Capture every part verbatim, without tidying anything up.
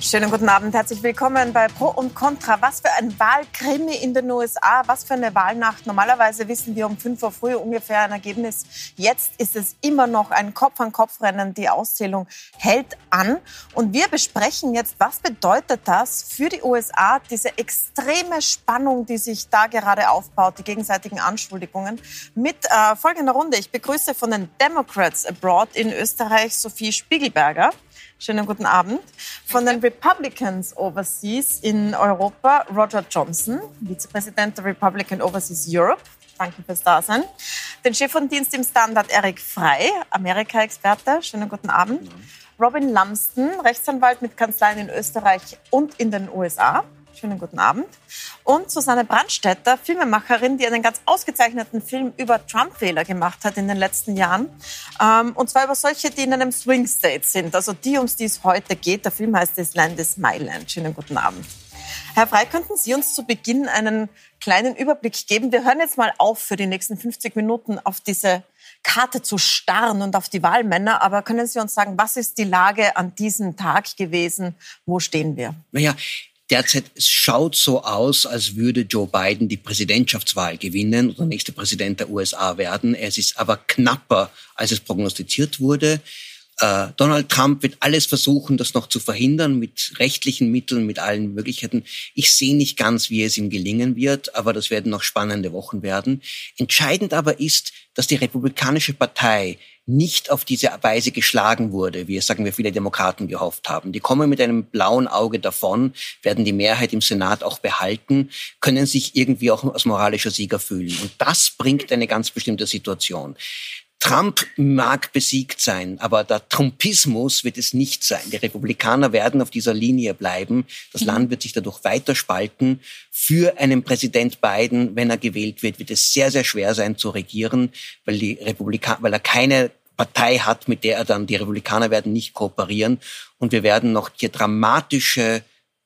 Schönen guten Abend, herzlich willkommen bei Pro und Contra. Was für ein Wahlkrimi in den U S A, was für eine Wahlnacht. Normalerweise wissen wir um fünf Uhr früh ungefähr ein Ergebnis. Jetzt ist es immer noch ein Kopf-an-Kopf-Rennen. Die Auszählung hält an. Und wir besprechen jetzt, was bedeutet das für die U S A, diese extreme Spannung, die sich da gerade aufbaut, die gegenseitigen Anschuldigungen. Mit äh, folgender Runde. Ich begrüße von den Democrats Abroad in Österreich Sophie Spiegelberger. Schönen guten Abend. Von den Republicans Overseas in Europa Roger Johnson, Vizepräsident der Republican Overseas Europe. Danke fürs Dasein. Den Chef von Dienst im Standard Eric Frey, Amerika-Experte. Schönen guten Abend. Robin Lumsden, Rechtsanwalt mit Kanzleien in Österreich und in den U S A. Schönen guten Abend. Und Susanne Brandstätter, Filmemacherin, die einen ganz ausgezeichneten Film über Trump-Wähler gemacht hat in den letzten Jahren. Ähm, und zwar über solche, die in einem Swing State sind. Also die, um die es heute geht. Der Film heißt This Land is My Land. Schönen guten Abend. Herr Frey, könnten Sie uns zu Beginn einen kleinen Überblick geben? Wir hören jetzt mal auf, für die nächsten fünfzig Minuten auf diese Karte zu starren und auf die Wahlmänner. Aber können Sie uns sagen, was ist die Lage an diesem Tag gewesen? Wo stehen wir? Naja, derzeit es schaut so aus, als würde Joe Biden die Präsidentschaftswahl gewinnen oder nächster Präsident der U S A werden. Es ist aber knapper, als es prognostiziert wurde. Äh, Donald Trump wird alles versuchen, das noch zu verhindern, mit rechtlichen Mitteln, mit allen Möglichkeiten. Ich sehe nicht ganz, wie es ihm gelingen wird, aber das werden noch spannende Wochen werden. Entscheidend aber ist, dass die Republikanische Partei nicht auf diese Weise geschlagen wurde, wie es, sagen wir, viele Demokraten gehofft haben. Die kommen mit einem blauen Auge davon, werden die Mehrheit im Senat auch behalten, können sich irgendwie auch als moralischer Sieger fühlen. Und das bringt eine ganz bestimmte Situation. Trump mag besiegt sein, aber der Trumpismus wird es nicht sein. Die Republikaner werden auf dieser Linie bleiben. Das mhm. Land wird sich dadurch weiter spalten. Für einen Präsident Biden, wenn er gewählt wird, wird es sehr, sehr schwer sein zu regieren, weil die Republikaner, weil er keine Partei hat, mit der er dann, die Republikaner werden nicht kooperieren. Und wir werden noch hier dramatische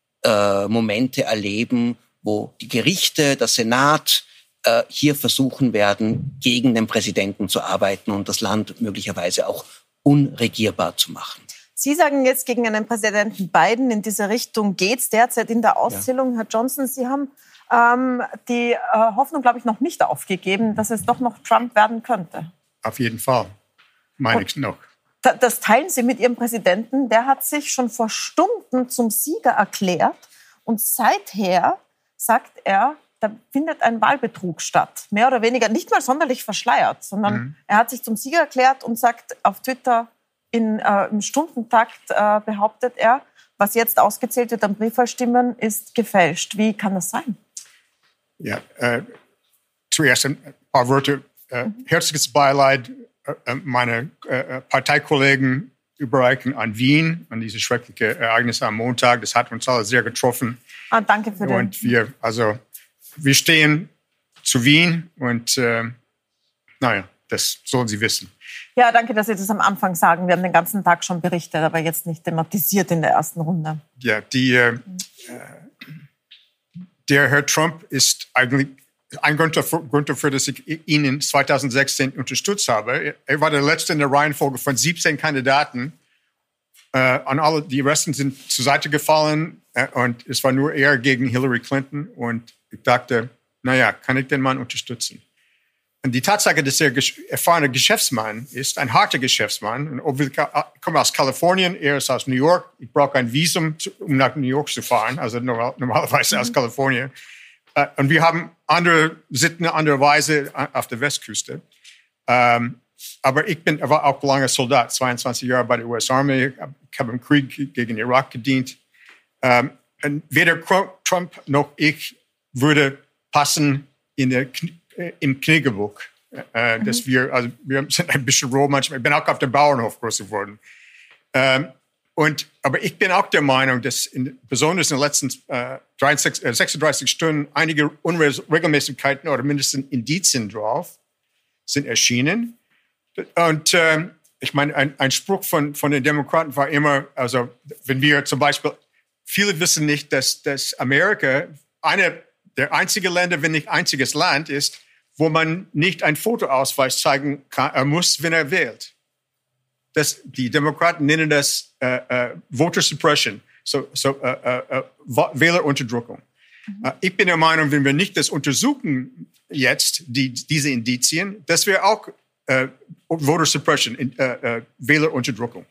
äh, Momente erleben, wo die Gerichte, der Senat, hier versuchen werden, gegen den Präsidenten zu arbeiten und das Land möglicherweise auch unregierbar zu machen. Sie sagen jetzt, gegen einen Präsidenten Biden in diese Richtung geht's derzeit in der Auszählung. Ja. Herr Johnson, Sie haben ähm, die äh, Hoffnung, glaube ich, noch nicht aufgegeben, dass es doch noch Trump werden könnte. Auf jeden Fall, meine ich noch. Das teilen Sie mit Ihrem Präsidenten. Der hat sich schon vor Stunden zum Sieger erklärt und seither sagt er, da findet ein Wahlbetrug statt. Mehr oder weniger, nicht mal sonderlich verschleiert, sondern mhm. er hat sich zum Sieger erklärt und sagt auf Twitter, in, äh, im Stundentakt äh, behauptet er, was jetzt ausgezählt wird an Briefwahlstimmen, ist gefälscht. Wie kann das sein? Ja, äh, zuerst ein paar Worte. Äh, mhm. Herzliches Beileid, äh, meine äh, Parteikollegen überreichen an Wien, an diese schreckliche Ereignisse am Montag. Das hat uns alle sehr getroffen. Ah, danke für den. Und wir, also, wir stehen zu Wien und äh, naja, das sollen Sie wissen. Ja, danke, dass Sie das am Anfang sagen. Wir haben den ganzen Tag schon berichtet, aber jetzt nicht thematisiert in der ersten Runde. Ja, die, äh, der Herr Trump ist eigentlich ein Grund dafür, Grund dafür, dass ich ihn in zweitausendsechzehn unterstützt habe. Er war der Letzte in der Reihenfolge von siebzehn Kandidaten. Äh, an alle, die Resten sind zur Seite gefallen äh, und es war nur er gegen Hillary Clinton. Und ich dachte, naja, kann ich den Mann unterstützen? Und die Tatsache, dass er ein erfahrener Geschäftsmann ist, ein harter Geschäftsmann, und ich komme aus Kalifornien, er ist aus New York, ich brauche ein Visum, um nach New York zu fahren, also normalerweise aus Kalifornien. Und wir haben andere Sitten, andere Weise auf der Westküste. Aber ich bin, war auch lange Soldat, zweiundzwanzig Jahre bei der U S Army, ich habe im Krieg gegen Irak gedient. Und weder Trump noch ich würde passen in der, im Kniggebuch. Äh, mhm. dass wir, also wir sind ein bisschen roh manchmal. Ich bin auch auf dem Bauernhof groß geworden. Ähm, und, aber ich bin auch der Meinung, dass in, besonders in den letzten äh, dreiundsechzig, äh, sechsunddreißig Stunden einige Unregelmäßigkeiten oder mindestens Indizien drauf sind erschienen. Und äh, ich meine, ein, ein Spruch von, von den Demokraten war immer, also wenn wir zum Beispiel, viele wissen nicht, dass, dass Amerika eine der einzigen Länder, wenn nicht einziges Land ist, wo man nicht einen Fotoausweis zeigen kann, er muss, wenn er wählt. Das, die Demokraten nennen das äh, äh, Voter Suppression. so, so äh, äh, Wählerunterdrückung. Mhm. Äh, ich bin der Meinung, wenn wir nicht das untersuchen jetzt, die, diese Indizien, das wäre auch äh, Voter Suppression, äh, äh, Wählerunterdrückung.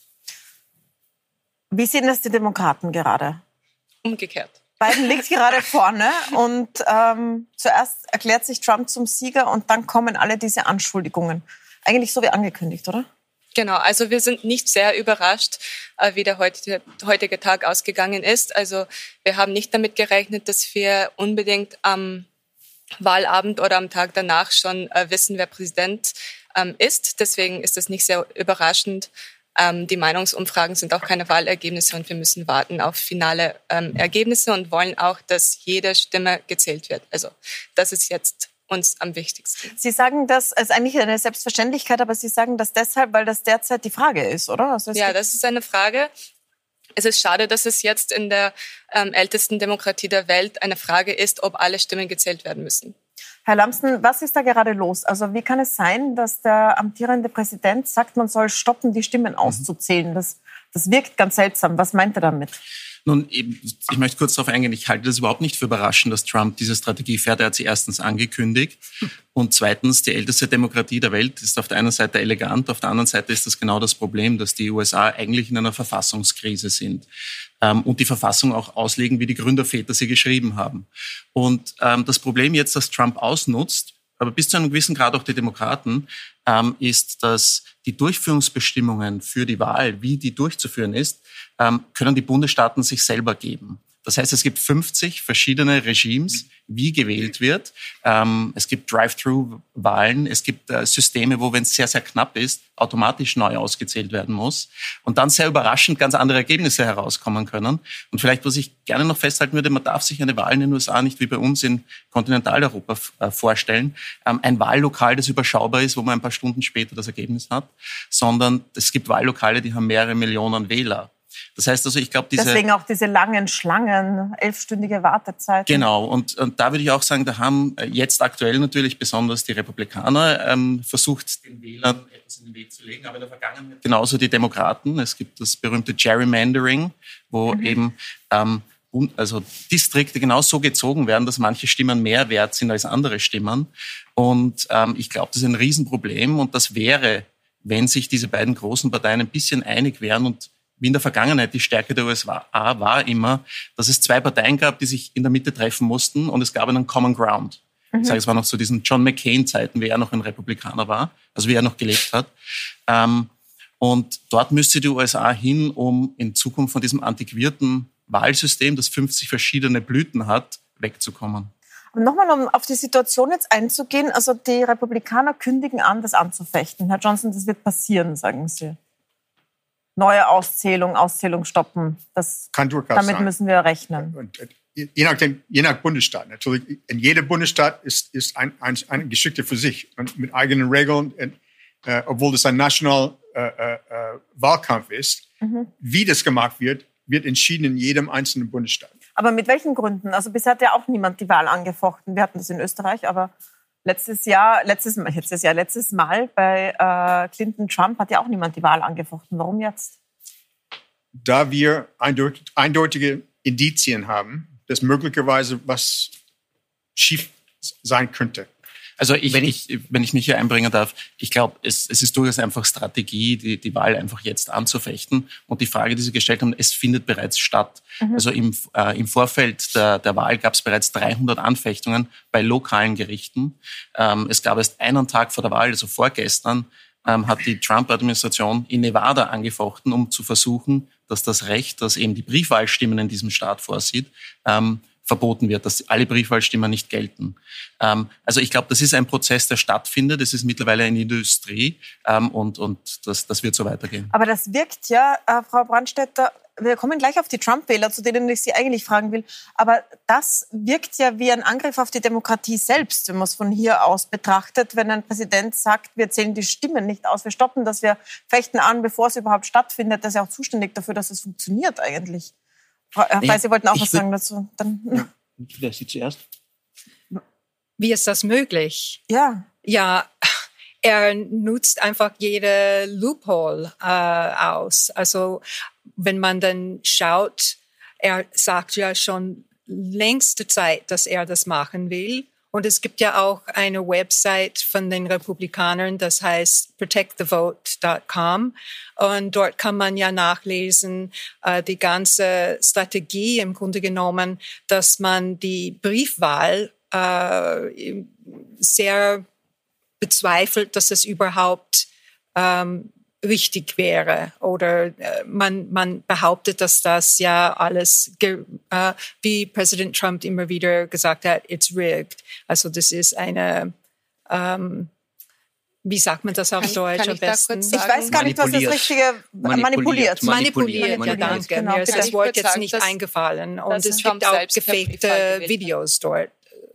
Wie sehen das die Demokraten gerade? Umgekehrt. Biden liegt gerade vorne und ähm, zuerst erklärt sich Trump zum Sieger und dann kommen alle diese Anschuldigungen. Eigentlich so wie angekündigt, oder? Genau, also wir sind nicht sehr überrascht, äh, wie der heutige, heutige Tag ausgegangen ist. Also wir haben nicht damit gerechnet, dass wir unbedingt am Wahlabend oder am Tag danach schon äh, wissen, wer Präsident ähm, ist. Deswegen ist das nicht sehr überraschend. Ähm, die Meinungsumfragen sind auch keine Wahlergebnisse und wir müssen warten auf finale ähm, Ergebnisse und wollen auch, dass jede Stimme gezählt wird. Also das ist jetzt uns am wichtigsten. Sie sagen das, es ist eigentlich eine Selbstverständlichkeit, aber Sie sagen das deshalb, weil das derzeit die Frage ist, oder? Also ja, das ist eine Frage. Es ist schade, dass es jetzt in der ähm, ältesten Demokratie der Welt eine Frage ist, ob alle Stimmen gezählt werden müssen. Herr Lumsden, was ist da gerade los? Also wie kann es sein, dass der amtierende Präsident sagt, man soll stoppen, die Stimmen auszuzählen? Das, das wirkt ganz seltsam. Was meint er damit? Nun, ich möchte kurz darauf eingehen, ich halte das überhaupt nicht für überraschend, dass Trump diese Strategie fährt. Er hat sie erstens angekündigt und zweitens, die älteste Demokratie der Welt ist auf der einen Seite elegant, auf der anderen Seite ist das genau das Problem, dass die U S A eigentlich in einer Verfassungskrise sind ähm, und die Verfassung auch auslegen, wie die Gründerväter sie geschrieben haben. Und ähm, das Problem jetzt, das Trump ausnutzt, aber bis zu einem gewissen Grad auch die Demokraten, ähm, ist, dass die Durchführungsbestimmungen für die Wahl, wie die durchzuführen ist, ähm, können die Bundesstaaten sich selber geben. Das heißt, es gibt fünfzig verschiedene Regimes, wie gewählt wird. Ähm, es gibt Drive-Thru-Wahlen, es gibt äh, Systeme, wo, wenn es sehr, sehr knapp ist, automatisch neu ausgezählt werden muss. Und dann sehr überraschend ganz andere Ergebnisse herauskommen können. Und vielleicht, was ich gerne noch festhalten würde, man darf sich eine Wahl in den U S A nicht wie bei uns in Kontinentaleuropa äh, vorstellen. Ähm, ein Wahllokal, das überschaubar ist, wo man ein paar Stunden später das Ergebnis hat, sondern es gibt Wahllokale, die haben mehrere Millionen Wähler. Das heißt also, ich glaube, diese... Deswegen auch diese langen Schlangen, elfstündige Wartezeiten. Genau, und, und da würde ich auch sagen, da haben jetzt aktuell natürlich besonders die Republikaner ähm, versucht, den Wählern etwas in den Weg zu legen, aber in der Vergangenheit genauso die Demokraten. Es gibt das berühmte Gerrymandering, wo mhm. eben ähm, also Distrikte genau so gezogen werden, dass manche Stimmen mehr wert sind als andere Stimmen. Und ähm, ich glaube, das ist ein Riesenproblem und das wäre, wenn sich diese beiden großen Parteien ein bisschen einig wären und wie in der Vergangenheit die Stärke der U S A war immer, dass es zwei Parteien gab, die sich in der Mitte treffen mussten und es gab einen Common Ground. Mhm. Ich sage, es war noch zu diesen John McCain-Zeiten, wie er noch ein Republikaner war, also wie er noch gelebt hat. Und dort müsste die U S A hin, um in Zukunft von diesem antiquierten Wahlsystem, das fünfzig verschiedene Blüten hat, wegzukommen. Und nochmal, um auf die Situation jetzt einzugehen, also die Republikaner kündigen an, das anzufechten. Herr Johnson, das wird passieren, sagen Sie. Neue Auszählung, Auszählung stoppen. Das, Kann durchaus damit sein. müssen wir rechnen. Und, je, nachdem, je nach Bundesstaat. Natürlich, in jeder Bundesstaat ist, ist ein, ein, eine Geschichte für sich und mit eigenen Regeln, und, äh, obwohl das ein national äh, äh, Wahlkampf ist. Mhm. Wie das gemacht wird, wird entschieden in jedem einzelnen Bundesstaat. Aber mit welchen Gründen? Also bisher hat ja auch niemand die Wahl angefochten. Wir hatten das in Österreich, aber letztes Jahr, letztes Mal, letztes Jahr, letztes Mal bei äh, Clinton Trump hat ja auch niemand die Wahl angefochten. Warum jetzt? Da wir eindeutig, eindeutige Indizien haben, dass möglicherweise was schief sein könnte. Also ich, wenn ich, wenn ich mich hier einbringen darf, ich glaube, es, es ist durchaus einfach Strategie, die, die Wahl einfach jetzt anzufechten. Und die Frage, die Sie gestellt haben, es findet bereits statt. Mhm. Also im, äh, im Vorfeld der, der Wahl gab es bereits dreihundert Anfechtungen bei lokalen Gerichten. Ähm, es gab erst einen Tag vor der Wahl, also vorgestern, ähm, hat die Trump-Administration in Nevada angefochten, um zu versuchen, dass das Recht, das eben die Briefwahlstimmen in diesem Staat vorsieht, ähm, verboten wird, dass alle Briefwahlstimmen nicht gelten. Ähm, also ich glaube, das ist ein Prozess, der stattfindet. Es ist mittlerweile eine Industrie ähm, und, und das, das wird so weitergehen. Aber das wirkt ja, äh, Frau Brandstätter, wir kommen gleich auf die Trump-Wähler, zu denen ich Sie eigentlich fragen will, aber das wirkt ja wie ein Angriff auf die Demokratie selbst, wenn man es von hier aus betrachtet, wenn ein Präsident sagt, wir zählen die Stimmen nicht aus, wir stoppen das, wir fechten an, bevor es überhaupt stattfindet. Das ist ja auch zuständig dafür, dass es funktioniert eigentlich. Herr Frey, Sie wollten auch was sagen dazu. Dann, ja. Wer Sie zuerst? Wie ist das möglich? Ja. Ja, er nutzt einfach jede Loophole äh, aus. Also wenn man dann schaut, er sagt ja schon längste Zeit, dass er das machen will. Und es gibt ja auch eine Website von den Republikanern, das heißt protect the vote dot com. Und dort kann man ja nachlesen, äh, die ganze Strategie im Grunde genommen, dass man die Briefwahl äh, sehr bezweifelt, dass es überhaupt ähm, richtig wäre. Oder äh, man, man behauptet, dass das ja alles, ge- äh, wie Präsident Trump immer wieder gesagt hat, it's rigged. Also das ist eine, ähm, wie sagt man das auf Kann Deutsch ich am da besten? kurz Ich weiß gar nicht, was das richtige Manipuliert. manipuliert. Manipuliert, manipuliert, Manipuliert, ja, danke. genau. Mir ist Bitte. das Wort Ich jetzt sagen, nicht dass- eingefallen. Und dass es Trump gibt auch selbst per Briefwahl gefakte gewählt hat. Videos dort.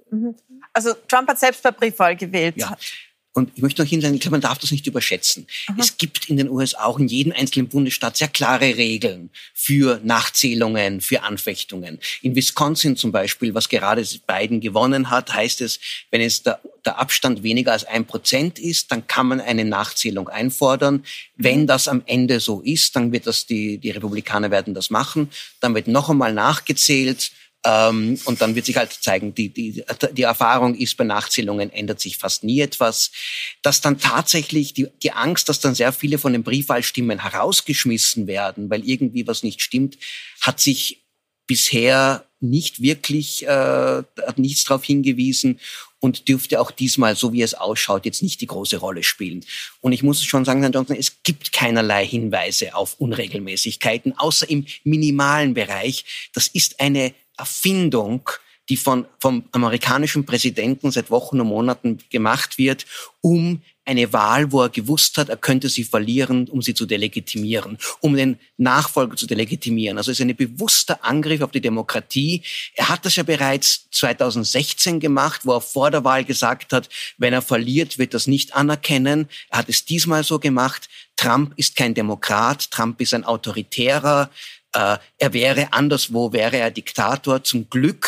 Also Trump hat selbst per Briefwahl gewählt. Ja. Und ich möchte noch hinsagen, ich glaube, man darf das nicht überschätzen. Aha. Es gibt in den U S A auch in jedem einzelnen Bundesstaat sehr klare Regeln für Nachzählungen, für Anfechtungen. In Wisconsin zum Beispiel, was gerade Biden gewonnen hat, heißt es, wenn es der, der Abstand weniger als ein Prozent ist, dann kann man eine Nachzählung einfordern. Wenn das am Ende so ist, dann wird das die, die Republikaner werden das machen. Dann wird noch einmal nachgezählt. Ähm, und dann wird sich halt zeigen, die, die, die Erfahrung ist, bei Nachzählungen ändert sich fast nie etwas. Dass dann tatsächlich die, die Angst, dass dann sehr viele von den Briefwahlstimmen herausgeschmissen werden, weil irgendwie was nicht stimmt, hat sich bisher nicht wirklich, äh, hat nichts darauf hingewiesen und dürfte auch diesmal, so wie es ausschaut, jetzt nicht die große Rolle spielen. Und ich muss schon sagen, Herr Johnson, es gibt keinerlei Hinweise auf Unregelmäßigkeiten, außer im minimalen Bereich. Das ist eine Erfindung, die von, vom amerikanischen Präsidenten seit Wochen und Monaten gemacht wird, um eine Wahl, wo er gewusst hat, er könnte sie verlieren, um sie zu delegitimieren, um den Nachfolger zu delegitimieren. Also es ist ein bewusster Angriff auf die Demokratie. Er hat das ja bereits zweitausendsechzehn gemacht, wo er vor der Wahl gesagt hat, wenn er verliert, wird er das nicht anerkennen. Er hat es diesmal so gemacht. Trump ist kein Demokrat, Trump ist ein Autoritärer. Uh, er wäre anderswo, wäre er Diktator. Zum Glück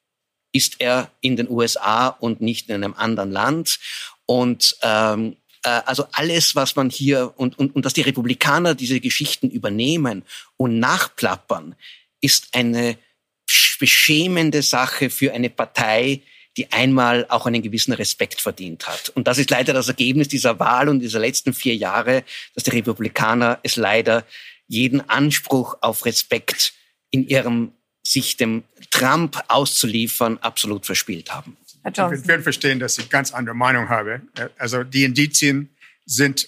ist er in den U S A und nicht in einem anderen Land. Und ähm, äh, also alles, was man hier und, und, und dass die Republikaner diese Geschichten übernehmen und nachplappern, ist eine beschämende Sache für eine Partei, die einmal auch einen gewissen Respekt verdient hat. Und das ist leider das Ergebnis dieser Wahl und dieser letzten vier Jahre, dass die Republikaner es leider jeden Anspruch auf Respekt in ihrem sich dem Trump auszuliefern absolut verspielt haben. Ich werde verstehen, dass ich ganz andere Meinung habe. Also die Indizien sind,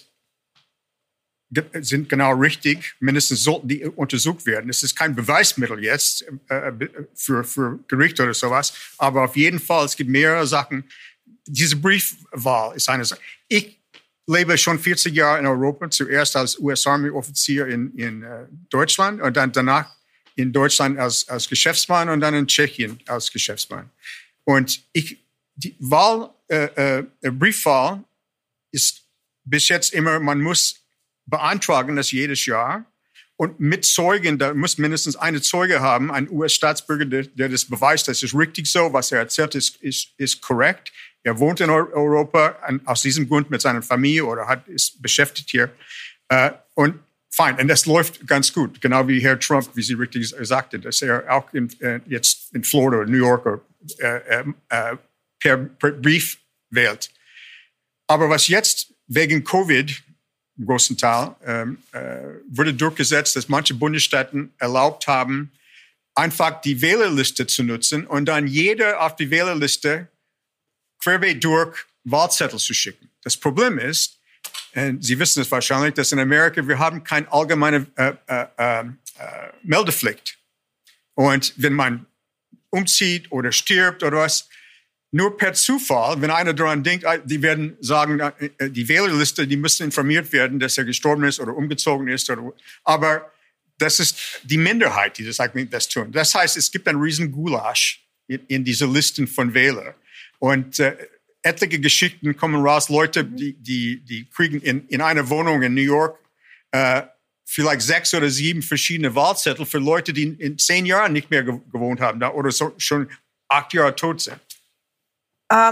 sind genau richtig. Mindestens sollten die untersucht werden. Es ist kein Beweismittel jetzt äh, für, für Gericht oder sowas. Aber auf jeden Fall, es gibt mehrere Sachen. Diese Briefwahl ist eine Sache. Ich lebe schon vierzig Jahre in Europa, zuerst als U S-Army-Offizier in, in uh, Deutschland und dann danach in Deutschland als, als Geschäftsmann und dann in Tschechien als Geschäftsmann. Und ich, die Wahl, äh, äh, Briefwahl ist bis jetzt immer, man muss beantragen das jedes Jahr und mit Zeugen, da muss mindestens eine Zeuge haben, ein U S-Staatsbürger, der, der das beweist, das ist richtig so, was er erzählt, ist, ist, ist korrekt. Er wohnt in Europa aus diesem Grund mit seiner Familie oder hat, ist beschäftigt hier. Äh, und fein, und das läuft ganz gut. Genau wie Herr Trump, wie Sie richtig sagte, dass er auch in, äh, jetzt in Florida oder New York äh, äh, per, per Brief wählt. Aber was jetzt wegen Covid, im großen Teil, äh, wurde durchgesetzt, dass manche Bundesstaaten erlaubt haben, einfach die Wählerliste zu nutzen und dann jeder auf die Wählerliste querbeet durch Wahlzettel zu schicken. Das Problem ist, und Sie wissen es wahrscheinlich, dass in Amerika wir haben keine allgemeine äh, äh, äh, Meldepflicht. Und wenn man umzieht oder stirbt oder was, nur per Zufall, wenn einer daran denkt, die werden sagen, die Wählerliste, die müssen informiert werden, dass er gestorben ist oder umgezogen ist. Oder, aber das ist die Minderheit, die das eigentlich das tun. Das heißt, es gibt einen riesen Gulasch in, in diese Listen von Wählern. Und äh, etliche Geschichten kommen raus, Leute, die, die, die kriegen in, in einer Wohnung in New York äh, vielleicht sechs oder sieben verschiedene Wahlzettel für Leute, die in, in zehn Jahren nicht mehr gewohnt haben da, oder so, schon acht Jahre tot sind. Ähm,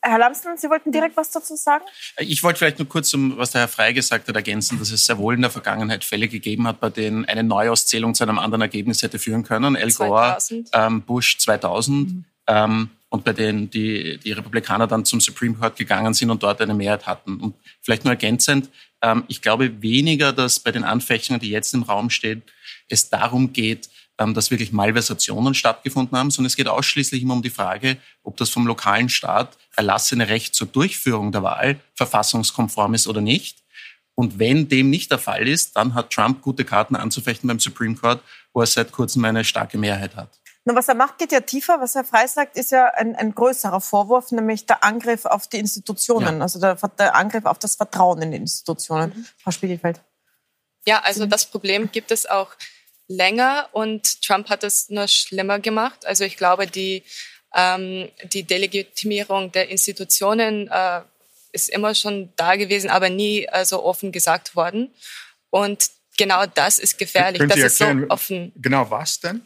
Herr Lamsden, Sie wollten direkt was dazu sagen? Ich wollte vielleicht nur kurz, um was der Herr Frey gesagt hat, ergänzen, dass es sehr wohl in der Vergangenheit Fälle gegeben hat, bei denen eine Neuauszählung zu einem anderen Ergebnis hätte führen können. Al Gore, ähm, Bush zweitausend. Mhm. Ähm, und bei denen die, die Republikaner dann zum Supreme Court gegangen sind und dort eine Mehrheit hatten. Und vielleicht nur ergänzend, ähm, ich glaube weniger, dass bei den Anfechtungen, die jetzt im Raum stehen, es darum geht, dass wirklich Malversationen stattgefunden haben, sondern es geht ausschließlich immer um die Frage, ob das vom lokalen Staat erlassene Recht zur Durchführung der Wahl verfassungskonform ist oder nicht. Und wenn dem nicht der Fall ist, dann hat Trump gute Karten anzufechten beim Supreme Court, wo er seit kurzem eine starke Mehrheit hat. Na, was er macht, geht ja tiefer. Was Herr Frey sagt, ist ja ein, ein größerer Vorwurf, nämlich der Angriff auf die Institutionen, ja. also der, der Angriff auf das Vertrauen in die Institutionen. Mhm. Frau Spiegelfeld. Ja, also das Problem gibt es auch länger und Trump hat es nur schlimmer gemacht. Also ich glaube, die, ähm, die Delegitimierung der Institutionen äh, ist immer schon da gewesen, aber nie äh, so offen gesagt worden. Und genau das ist gefährlich. Können Sie das erklären, ist so offen. Genau was denn?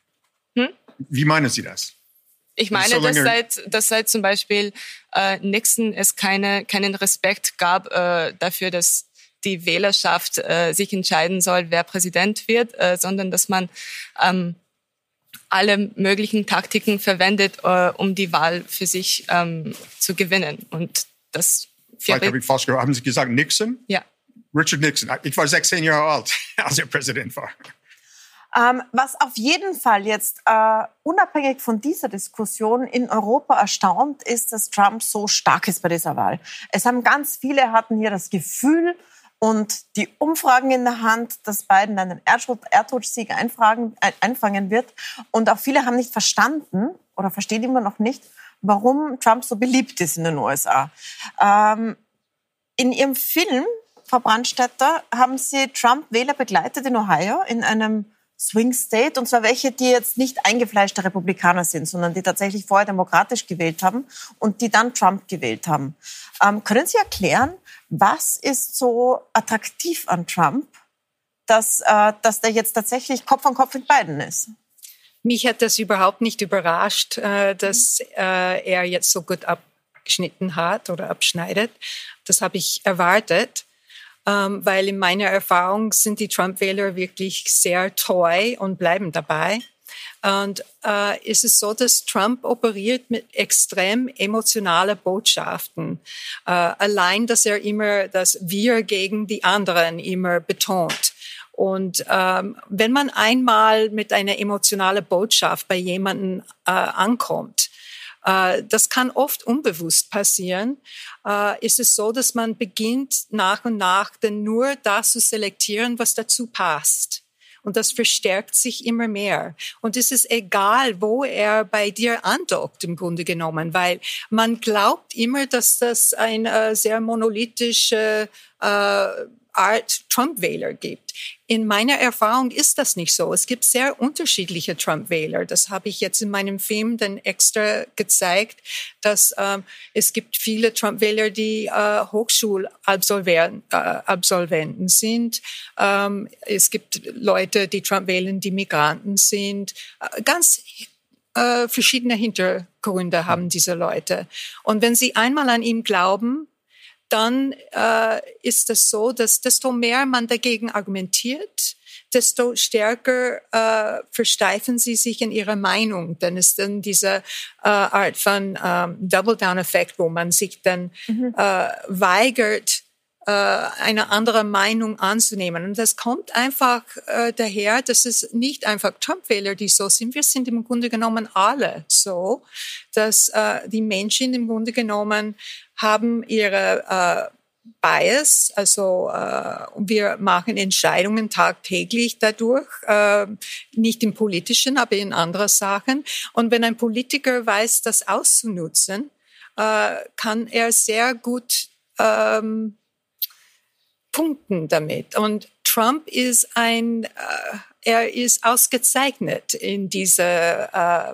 Hm? Wie meinen Sie das? Ich meine, so dass seit, dass seit zum Beispiel äh, Nixon es keine, keinen Respekt gab äh, dafür, dass die Wählerschaft äh, sich entscheiden soll, wer Präsident wird, äh, sondern dass man ähm, alle möglichen Taktiken verwendet, äh, um die Wahl für sich ähm, zu gewinnen. Und das Vielleicht habe ich falsch gehört. Haben Sie gesagt Nixon? Ja. Richard Nixon. Ich war sechzehn Jahre alt, als er Präsident war. Ähm, was auf jeden Fall jetzt äh, unabhängig von dieser Diskussion in Europa erstaunt, ist, dass Trump so stark ist bei dieser Wahl. Es haben ganz viele hatten hier das Gefühl und die Umfragen in der Hand, dass Biden einen Erdrutschsieg einfangen wird. Und auch viele haben nicht verstanden oder verstehen immer noch nicht, warum Trump so beliebt ist in den U S A. Ähm, in Ihrem Film, Frau Brandstätter, haben Sie Trump-Wähler begleitet in Ohio in einem Swing State, und zwar welche, die jetzt nicht eingefleischte Republikaner sind, sondern die tatsächlich vorher demokratisch gewählt haben und die dann Trump gewählt haben. Ähm, können Sie erklären, was ist so attraktiv an Trump, dass, äh, dass der jetzt tatsächlich Kopf an Kopf mit Biden ist? Mich hat das überhaupt nicht überrascht, äh, dass äh, er jetzt so gut abgeschnitten hat oder abschneidet. Das habe ich erwartet. Ähm, weil in meiner Erfahrung sind die Trump-Wähler wirklich sehr treu und bleiben dabei. Und äh, es ist so, dass Trump operiert mit extrem emotionalen Botschaften. Äh, allein, dass er immer das Wir gegen die anderen immer betont. Und ähm, wenn man einmal mit einer emotionalen Botschaft bei jemandem äh, ankommt, das kann oft unbewusst passieren. Ist es so, dass man beginnt nach und nach dann nur das zu selektieren, was dazu passt. Und das verstärkt sich immer mehr. Und es ist egal, wo er bei dir andockt, im Grunde genommen, weil man glaubt immer, dass das ein äh, sehr monolithische äh, Art Trump-Wähler gibt. In meiner Erfahrung ist das nicht so. Es gibt sehr unterschiedliche Trump-Wähler. Das habe ich jetzt in meinem Film dann extra gezeigt, dass ähm, es gibt viele Trump-Wähler, die äh, Hochschulabsolventen äh, Absolventen sind. Ähm, es gibt Leute, die Trump wählen, die Migranten sind. Äh, ganz äh, verschiedene Hintergründe haben diese Leute. Und wenn sie einmal an ihn glauben, dann äh, ist es so, dass desto mehr man dagegen argumentiert, desto stärker äh, versteifen sie sich in ihrer Meinung. Dann ist dann diese äh, Art von ähm, Double-Down-Effekt, wo man sich dann mhm. äh, weigert, äh, eine andere Meinung anzunehmen. Und das kommt einfach äh, daher, dass es nicht einfach Trump-Wähler, die so sind. Wir sind im Grunde genommen alle so, dass äh, die Menschen im Grunde genommen haben ihre äh, Bias, also äh, wir machen Entscheidungen tagtäglich dadurch, äh, nicht im Politischen, aber in anderen Sachen. Und wenn ein Politiker weiß, das auszunutzen, äh, kann er sehr gut ähm, punkten damit. Und Trump ist ein, äh, er ist ausgezeichnet in dieser, äh,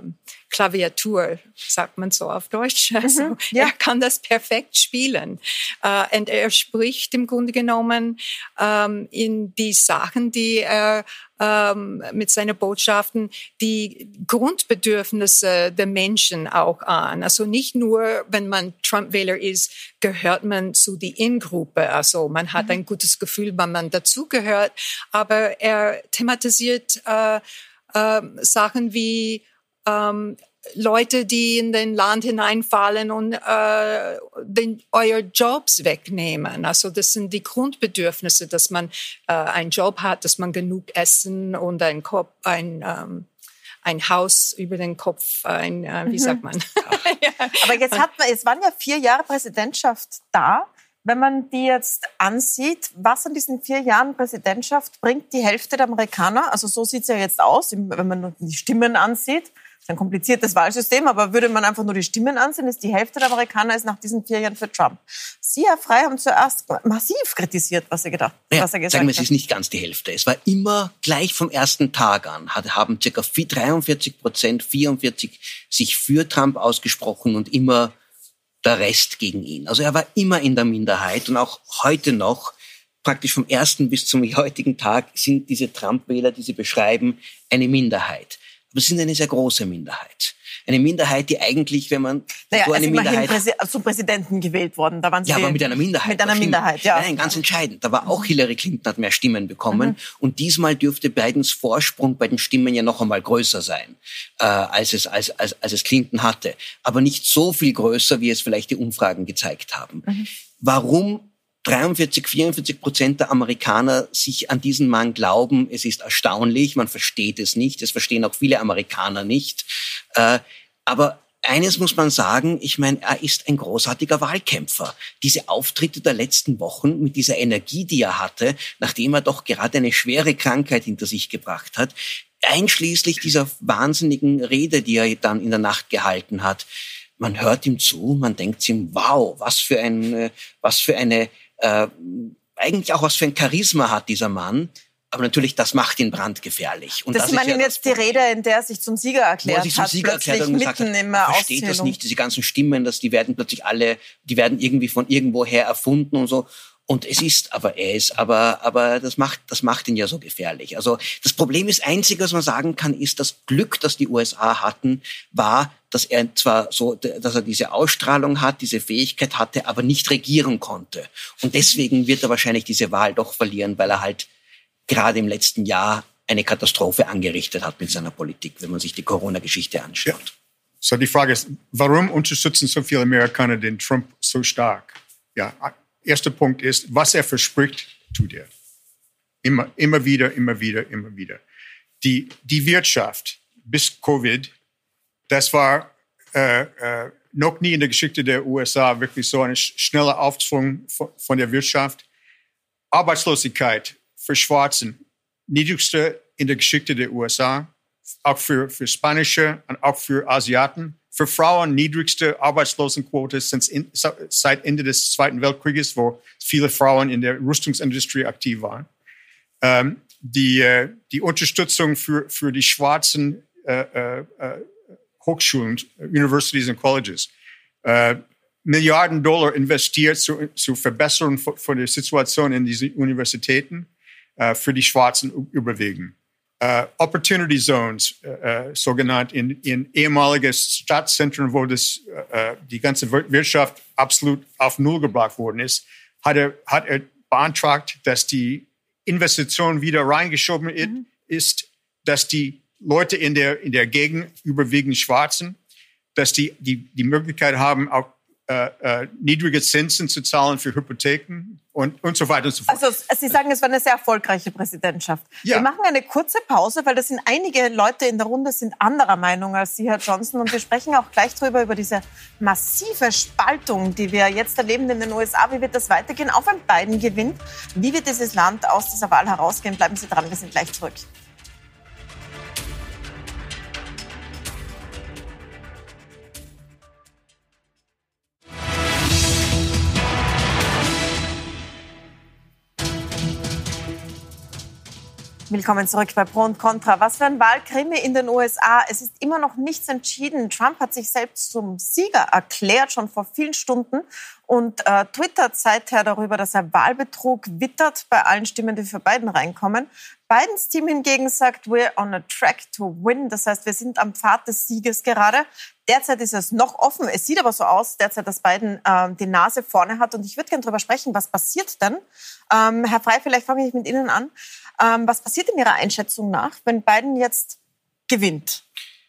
Klaviatur, sagt man so auf Deutsch. Also mhm, ja. Er kann das perfekt spielen. Uh, und er spricht im Grunde genommen um, in die Sachen, die er um, mit seinen Botschaften die Grundbedürfnisse der Menschen auch an. Also nicht nur, wenn man Trump-Wähler ist, gehört man zu die In-Gruppe. Also man hat mhm. ein gutes Gefühl, wenn man dazugehört. Aber er thematisiert uh, uh, Sachen wie um, Leute, die in den Land hineinfallen und äh, den, euer Jobs wegnehmen. Also das sind die Grundbedürfnisse, dass man äh, einen Job hat, dass man genug Essen und ein, Kopf, ein, ähm, ein Haus über den Kopf, ein, äh, wie mhm. sagt man? ja. Aber jetzt hat man, es waren ja vier Jahre Präsidentschaft da. Wenn man die jetzt ansieht, was an diesen vier Jahren Präsidentschaft bringt die Hälfte der Amerikaner, also so sieht es ja jetzt aus, wenn man die Stimmen ansieht, ein kompliziertes Wahlsystem, aber würde man einfach nur die Stimmen ansehen, ist die Hälfte der Amerikaner ist nach diesen vier Jahren für Trump. Sie, Herr Frey, haben zuerst massiv kritisiert, was er, gedacht, ja, was er gesagt sagen wir, hat. Es ist nicht ganz die Hälfte. Es war immer gleich vom ersten Tag an, haben ca. dreiundvierzig Prozent, vierundvierzig sich für Trump ausgesprochen und immer der Rest gegen ihn. Also er war immer in der Minderheit und auch heute noch, praktisch vom ersten bis zum heutigen Tag, sind diese Trump-Wähler, die Sie beschreiben, eine Minderheit. Aber es sind eine sehr große Minderheit. Eine Minderheit, die eigentlich, wenn man naja, so eine also Minderheit... Präsi- zum Präsidenten gewählt worden. Da waren Sie ja, aber mit einer Minderheit. Mit einer Minderheit, ja. Nein, ganz entscheidend. Da war auch Hillary Clinton, hat mehr Stimmen bekommen. Mhm. Und diesmal dürfte Bidens Vorsprung bei den Stimmen ja noch einmal größer sein, äh, als, es, als, als, als es Clinton hatte. Aber nicht so viel größer, wie es vielleicht die Umfragen gezeigt haben. Mhm. Warum dreiundvierzig, vierundvierzig Prozent der Amerikaner sich an diesen Mann glauben, es ist erstaunlich, man versteht es nicht, es verstehen auch viele Amerikaner nicht. Äh, aber eines muss man sagen, ich meine, er ist ein großartiger Wahlkämpfer. Diese Auftritte der letzten Wochen mit dieser Energie, die er hatte, nachdem er doch gerade eine schwere Krankheit hinter sich gebracht hat, einschließlich dieser wahnsinnigen Rede, die er dann in der Nacht gehalten hat, man hört ihm zu, man denkt ihm, wow, was für ein, was für eine Äh, eigentlich auch was für ein Charisma hat dieser Mann. Aber natürlich, das macht ihn brandgefährlich. Und das, das ist meinen ja jetzt die Rede, in der er sich zum Sieger erklärt hat. Wo er sich zum Sieger erklärt hat und gesagt hat, er versteht das nicht, diese ganzen Stimmen, dass die werden plötzlich alle, die werden irgendwie von irgendwoher erfunden und so. Und es ist aber, er ist aber, aber das macht, das macht ihn ja so gefährlich. Also das Problem ist, einzig, was man sagen kann, ist, das Glück, das die U S A hatten, war, dass er zwar so, dass er diese Ausstrahlung hat, diese Fähigkeit hatte, aber nicht regieren konnte. Und deswegen wird er wahrscheinlich diese Wahl doch verlieren, weil er halt gerade im letzten Jahr eine Katastrophe angerichtet hat mit seiner Politik, wenn man sich die Corona-Geschichte anschaut. Ja. So die Frage ist, warum unterstützen so viele Amerikaner den Trump so stark? Ja, erster Punkt ist, was er verspricht, tut er. Immer, immer wieder, immer wieder, immer wieder. Die, die Wirtschaft bis Covid, das war äh, äh, noch nie in der Geschichte der U S A wirklich so ein schneller Aufschwung von, von der Wirtschaft. Arbeitslosigkeit für Schwarzen, niedrigste in der Geschichte der U S A, auch für, für Spanische und auch für Asiaten. Für Frauen niedrigste Arbeitslosenquote in, seit Ende des Zweiten Weltkrieges, wo viele Frauen in der Rüstungsindustrie aktiv waren. Ähm, die, äh, die Unterstützung für, für die schwarzen äh, äh, Hochschulen, Universities und Colleges. Äh, Milliarden Dollar investiert zur, zur Verbesserung von, von der Situation in diesen Universitäten äh, für die Schwarzen überwiegend. Uh, Opportunity Zones, uh, so genannt, in, in ehemalige Stadtzentren, wo das, uh, die ganze Wirtschaft absolut auf Null gebracht worden ist, hat er, hat er beantragt, dass die Investition wieder reingeschoben mhm. ist, dass die Leute in der, in der Gegend, überwiegend Schwarzen, dass die, die, die Möglichkeit haben, auch Uh, uh, niedrige Zinsen zu zahlen für Hypotheken und, und so weiter und so fort. Also Sie sagen, es war eine sehr erfolgreiche Präsidentschaft. Ja. Wir machen eine kurze Pause, weil das sind einige Leute in der Runde sind anderer Meinung als Sie, Herr Johnson. Und wir sprechen auch gleich drüber, über diese massive Spaltung, die wir jetzt erleben in den U S A. Wie wird das weitergehen? Auch wenn Biden gewinnt. Wie wird dieses Land aus dieser Wahl herausgehen? Bleiben Sie dran, wir sind gleich zurück. Willkommen zurück bei Pro und Contra. Was für ein Wahlkrimi in den U S A. Es ist immer noch nichts entschieden. Trump hat sich selbst zum Sieger erklärt, schon vor vielen Stunden. Und äh, twittert seither darüber, dass er Wahlbetrug wittert bei allen Stimmen, die für Biden reinkommen. Bidens Team hingegen sagt, we're on a track to win. Das heißt, wir sind am Pfad des Sieges gerade. Derzeit ist es noch offen. Es sieht aber so aus, derzeit, dass Biden äh, die Nase vorne hat. Und ich würde gerne darüber sprechen, was passiert denn? Ähm, Herr Frey, vielleicht fange ich mit Ihnen an. Ähm, was passiert in Ihrer Einschätzung nach, wenn Biden jetzt gewinnt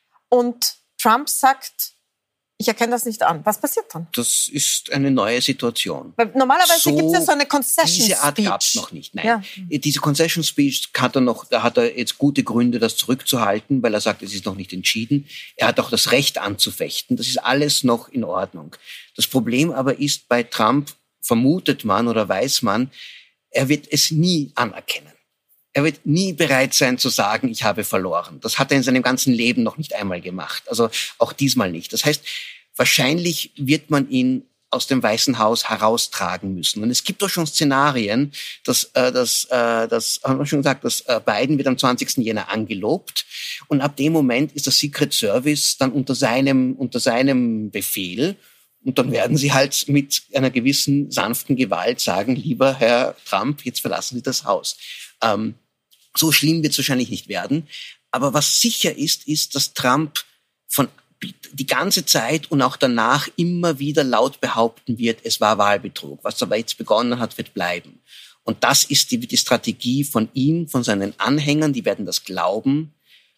und Trump sagt, ich erkenne das nicht an? Was passiert dann? Das ist eine neue Situation. Weil normalerweise so, gibt es ja so eine Concession Speech. Diese Art gab es noch nicht. Nein. Ja. Diese Concession Speech hat er noch, da hat er jetzt gute Gründe, das zurückzuhalten, weil er sagt, es ist noch nicht entschieden. Er hat auch das Recht anzufechten. Das ist alles noch in Ordnung. Das Problem aber ist, bei Trump vermutet man oder weiß man, er wird es nie anerkennen. Er wird nie bereit sein zu sagen, ich habe verloren. Das hat er in seinem ganzen Leben noch nicht einmal gemacht. Also auch diesmal nicht. Das heißt, wahrscheinlich wird man ihn aus dem Weißen Haus heraustragen müssen. Und es gibt doch schon Szenarien, dass, äh, dass, äh, das haben wir schon gesagt, dass äh, Biden wird am zwanzigsten Jänner angelobt. Und ab dem Moment ist der Secret Service dann unter seinem, unter seinem Befehl. Und dann werden sie halt mit einer gewissen sanften Gewalt sagen, lieber Herr Trump, jetzt verlassen Sie das Haus. Ähm, so schlimm wird es wahrscheinlich nicht werden. Aber was sicher ist, ist, dass Trump von die ganze Zeit und auch danach immer wieder laut behaupten wird, es war Wahlbetrug. Was aber jetzt begonnen hat, wird bleiben. Und das ist die, die Strategie von ihm, von seinen Anhängern. Die werden das glauben.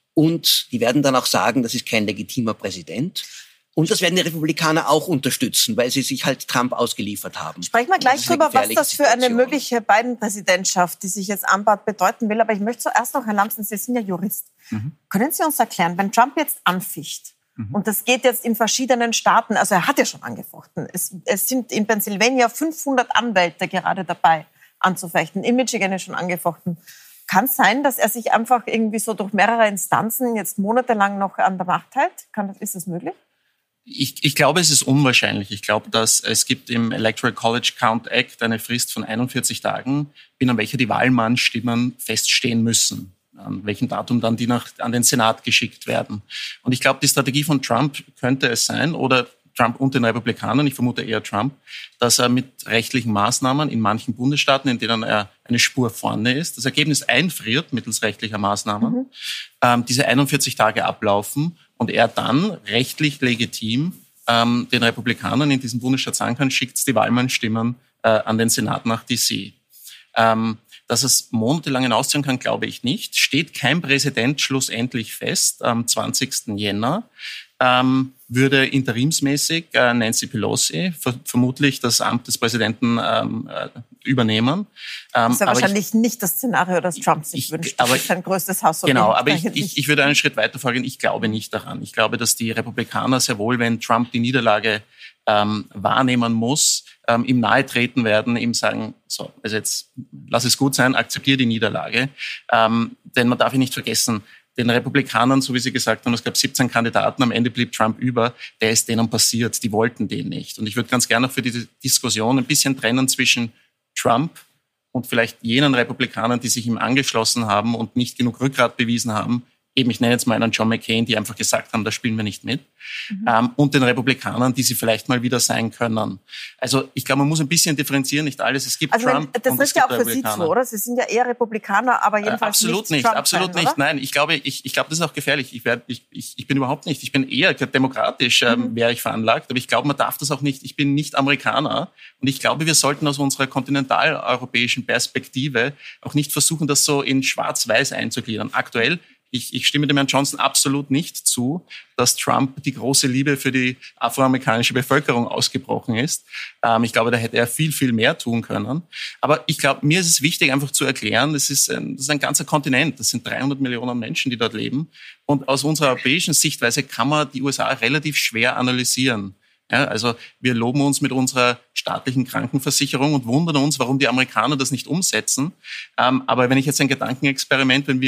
Und die werden dann auch sagen, das ist kein legitimer Präsident. Und das werden die Republikaner auch unterstützen, weil sie sich halt Trump ausgeliefert haben. Sprechen wir gleich drüber, was das für eine mögliche Biden-Präsidentschaft, die sich jetzt anbahnt, bedeuten will. Aber ich möchte zuerst noch, Herr Lamsen, Sie sind ja Jurist. Mhm. Können Sie uns erklären, wenn Trump jetzt anficht, mhm. und das geht jetzt in verschiedenen Staaten, also er hat ja schon angefochten, es, es sind in Pennsylvania fünfhundert Anwälte gerade dabei anzufechten, in Michigan ist schon angefochten. Kann es sein, dass er sich einfach irgendwie so durch mehrere Instanzen jetzt monatelang noch an der Macht hält? Kann, ist das möglich? Ich, ich glaube, es ist unwahrscheinlich. Ich glaube, dass es gibt im Electoral College Count Act eine Frist von einundvierzig Tagen, binnen welcher die Wahlmannstimmen feststehen müssen, an welchem Datum dann die nach, an den Senat geschickt werden. Und ich glaube, die Strategie von Trump könnte es sein, oder Trump und den Republikanern, ich vermute eher Trump, dass er mit rechtlichen Maßnahmen in manchen Bundesstaaten, in denen er eine Spur vorne ist, das Ergebnis einfriert mittels rechtlicher Maßnahmen, mhm. ähm, diese einundvierzig Tage ablaufen und er dann rechtlich legitim ähm, den Republikanern in diesem Bundesstaat sagen kann, schickt die Wahlmannstimmen äh, an den Senat nach D C. Ähm, dass es monatelang hinausziehen kann, glaube ich nicht. Steht kein Präsident schlussendlich fest am zwanzigsten Jänner. Ähm, würde interimsmäßig äh, Nancy Pelosi ver- vermutlich das Amt des Präsidenten ähm, äh, übernehmen. Ähm, das ist ja wahrscheinlich ich, nicht das Szenario, das Trump sich ich, wünscht. Aber das ist sein größtes Haus. Genau, aber ich, ich, ich würde einen Schritt weiter folgen. Ich glaube nicht daran. Ich glaube, dass die Republikaner sehr wohl, wenn Trump die Niederlage ähm, wahrnehmen muss, ähm, ihm nahe treten werden, ihm sagen, so, also jetzt lass es gut sein, akzeptiere die Niederlage. Ähm, denn man darf ja nicht vergessen, den Republikanern, so wie Sie gesagt haben, es gab siebzehn Kandidaten, am Ende blieb Trump über, der ist denen passiert, die wollten den nicht. Und ich würde ganz gerne auch für diese Diskussion ein bisschen trennen zwischen Trump und vielleicht jenen Republikanern, die sich ihm angeschlossen haben und nicht genug Rückgrat bewiesen haben, eben, ich nenne jetzt mal einen John McCain, die einfach gesagt haben, da spielen wir nicht mit, mhm. ähm, und den Republikanern, die sie vielleicht mal wieder sein können. Also ich glaube, man muss ein bisschen differenzieren, nicht alles. Es gibt also Trump das und ist es ja gibt auch für Sie zu, oder? Sie sind ja eher Republikaner, aber jedenfalls äh, absolut nicht nicht, Trump absolut sein, nicht. Oder? Nein, ich glaube, ich, ich glaube, das ist auch gefährlich. Ich, werd, ich, ich, ich bin überhaupt nicht. Ich bin eher demokratisch, ähm, mhm. wäre ich veranlagt, aber ich glaube, man darf das auch nicht. Ich bin nicht Amerikaner und ich glaube, wir sollten aus unserer kontinentaleuropäischen Perspektive auch nicht versuchen, das so in Schwarz-Weiß einzugliedern. Aktuell Ich, ich stimme dem Herrn Johnson absolut nicht zu, dass Trump die große Liebe für die afroamerikanische Bevölkerung ausgebrochen ist. Ähm, ich glaube, da hätte er viel, viel mehr tun können. Aber ich glaube, mir ist es wichtig, einfach zu erklären, das ist ein, das ist ein ganzer Kontinent. Das sind dreihundert Millionen Menschen, die dort leben. Und aus unserer europäischen Sichtweise kann man die U S A relativ schwer analysieren. Ja, also wir loben uns mit unserer staatlichen Krankenversicherung und wundern uns, warum die Amerikaner das nicht umsetzen. Ähm, aber wenn ich jetzt ein Gedankenexperiment, wenn wir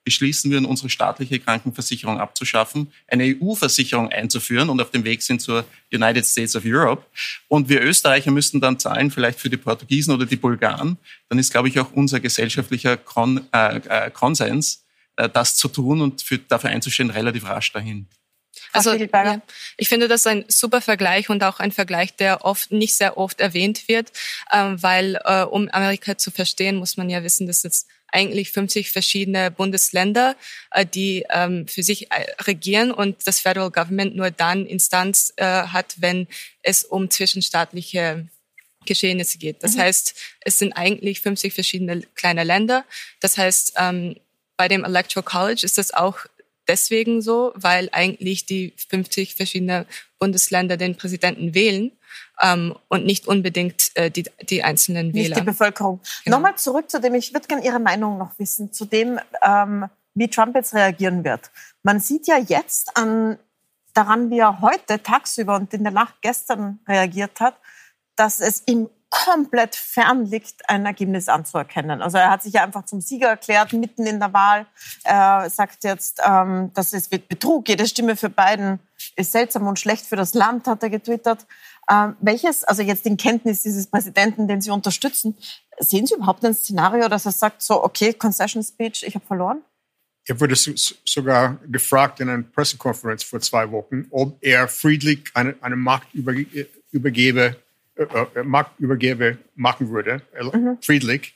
beschließen würden, unsere staatliche Krankenversicherung abzuschaffen, eine E U-Versicherung einzuführen und auf dem Weg sind zur United States of Europe. Und wir Österreicher müssten dann zahlen, vielleicht für die Portugiesen oder die Bulgaren. Dann ist, glaube ich, auch unser gesellschaftlicher Kon- äh, Konsens, äh, das zu tun und für, dafür einzustehen, relativ rasch dahin. Also ja, ich finde das ein super Vergleich und auch ein Vergleich, der oft nicht sehr oft erwähnt wird, ähm, weil äh, um Amerika zu verstehen, muss man ja wissen, dass es eigentlich fünfzig verschiedene Bundesländer, äh, die ähm, für sich äh, regieren und das Federal Government nur dann Instanz äh, hat, wenn es um zwischenstaatliche Geschehnisse geht. Das mhm. heißt, es sind eigentlich fünfzig verschiedene kleine Länder. Das heißt, ähm, bei dem Electoral College ist das auch deswegen so, weil eigentlich die fünfzig verschiedene Bundesländer den Präsidenten wählen ähm, und nicht unbedingt äh, die, die einzelnen Wähler. Nicht die Bevölkerung. Genau. Nochmal zurück zu dem, ich würde gerne Ihre Meinung noch wissen, zu dem, ähm, wie Trump jetzt reagieren wird. Man sieht ja jetzt an, daran, wie er heute tagsüber und in der Nacht gestern reagiert hat, dass es ihm komplett fern liegt, ein Ergebnis anzuerkennen. Also er hat sich ja einfach zum Sieger erklärt, mitten in der Wahl. Er sagt jetzt, ähm, dass es wird Betrug. Jede Stimme für Biden ist seltsam und schlecht für das Land, hat er getwittert. Ähm, welches, also jetzt in Kenntnis dieses Präsidenten, den Sie unterstützen, sehen Sie überhaupt ein Szenario, dass er sagt, so, okay, Concession Speech, ich habe verloren? Er wurde sogar gefragt in einer Pressekonferenz vor zwei Wochen, ob er friedlich eine, eine Machtübergabe Äh, Machtübergabe machen würde, mhm. friedlich.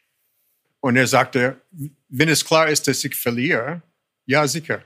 Und er sagte, wenn es klar ist, dass ich verliere, ja, sicher.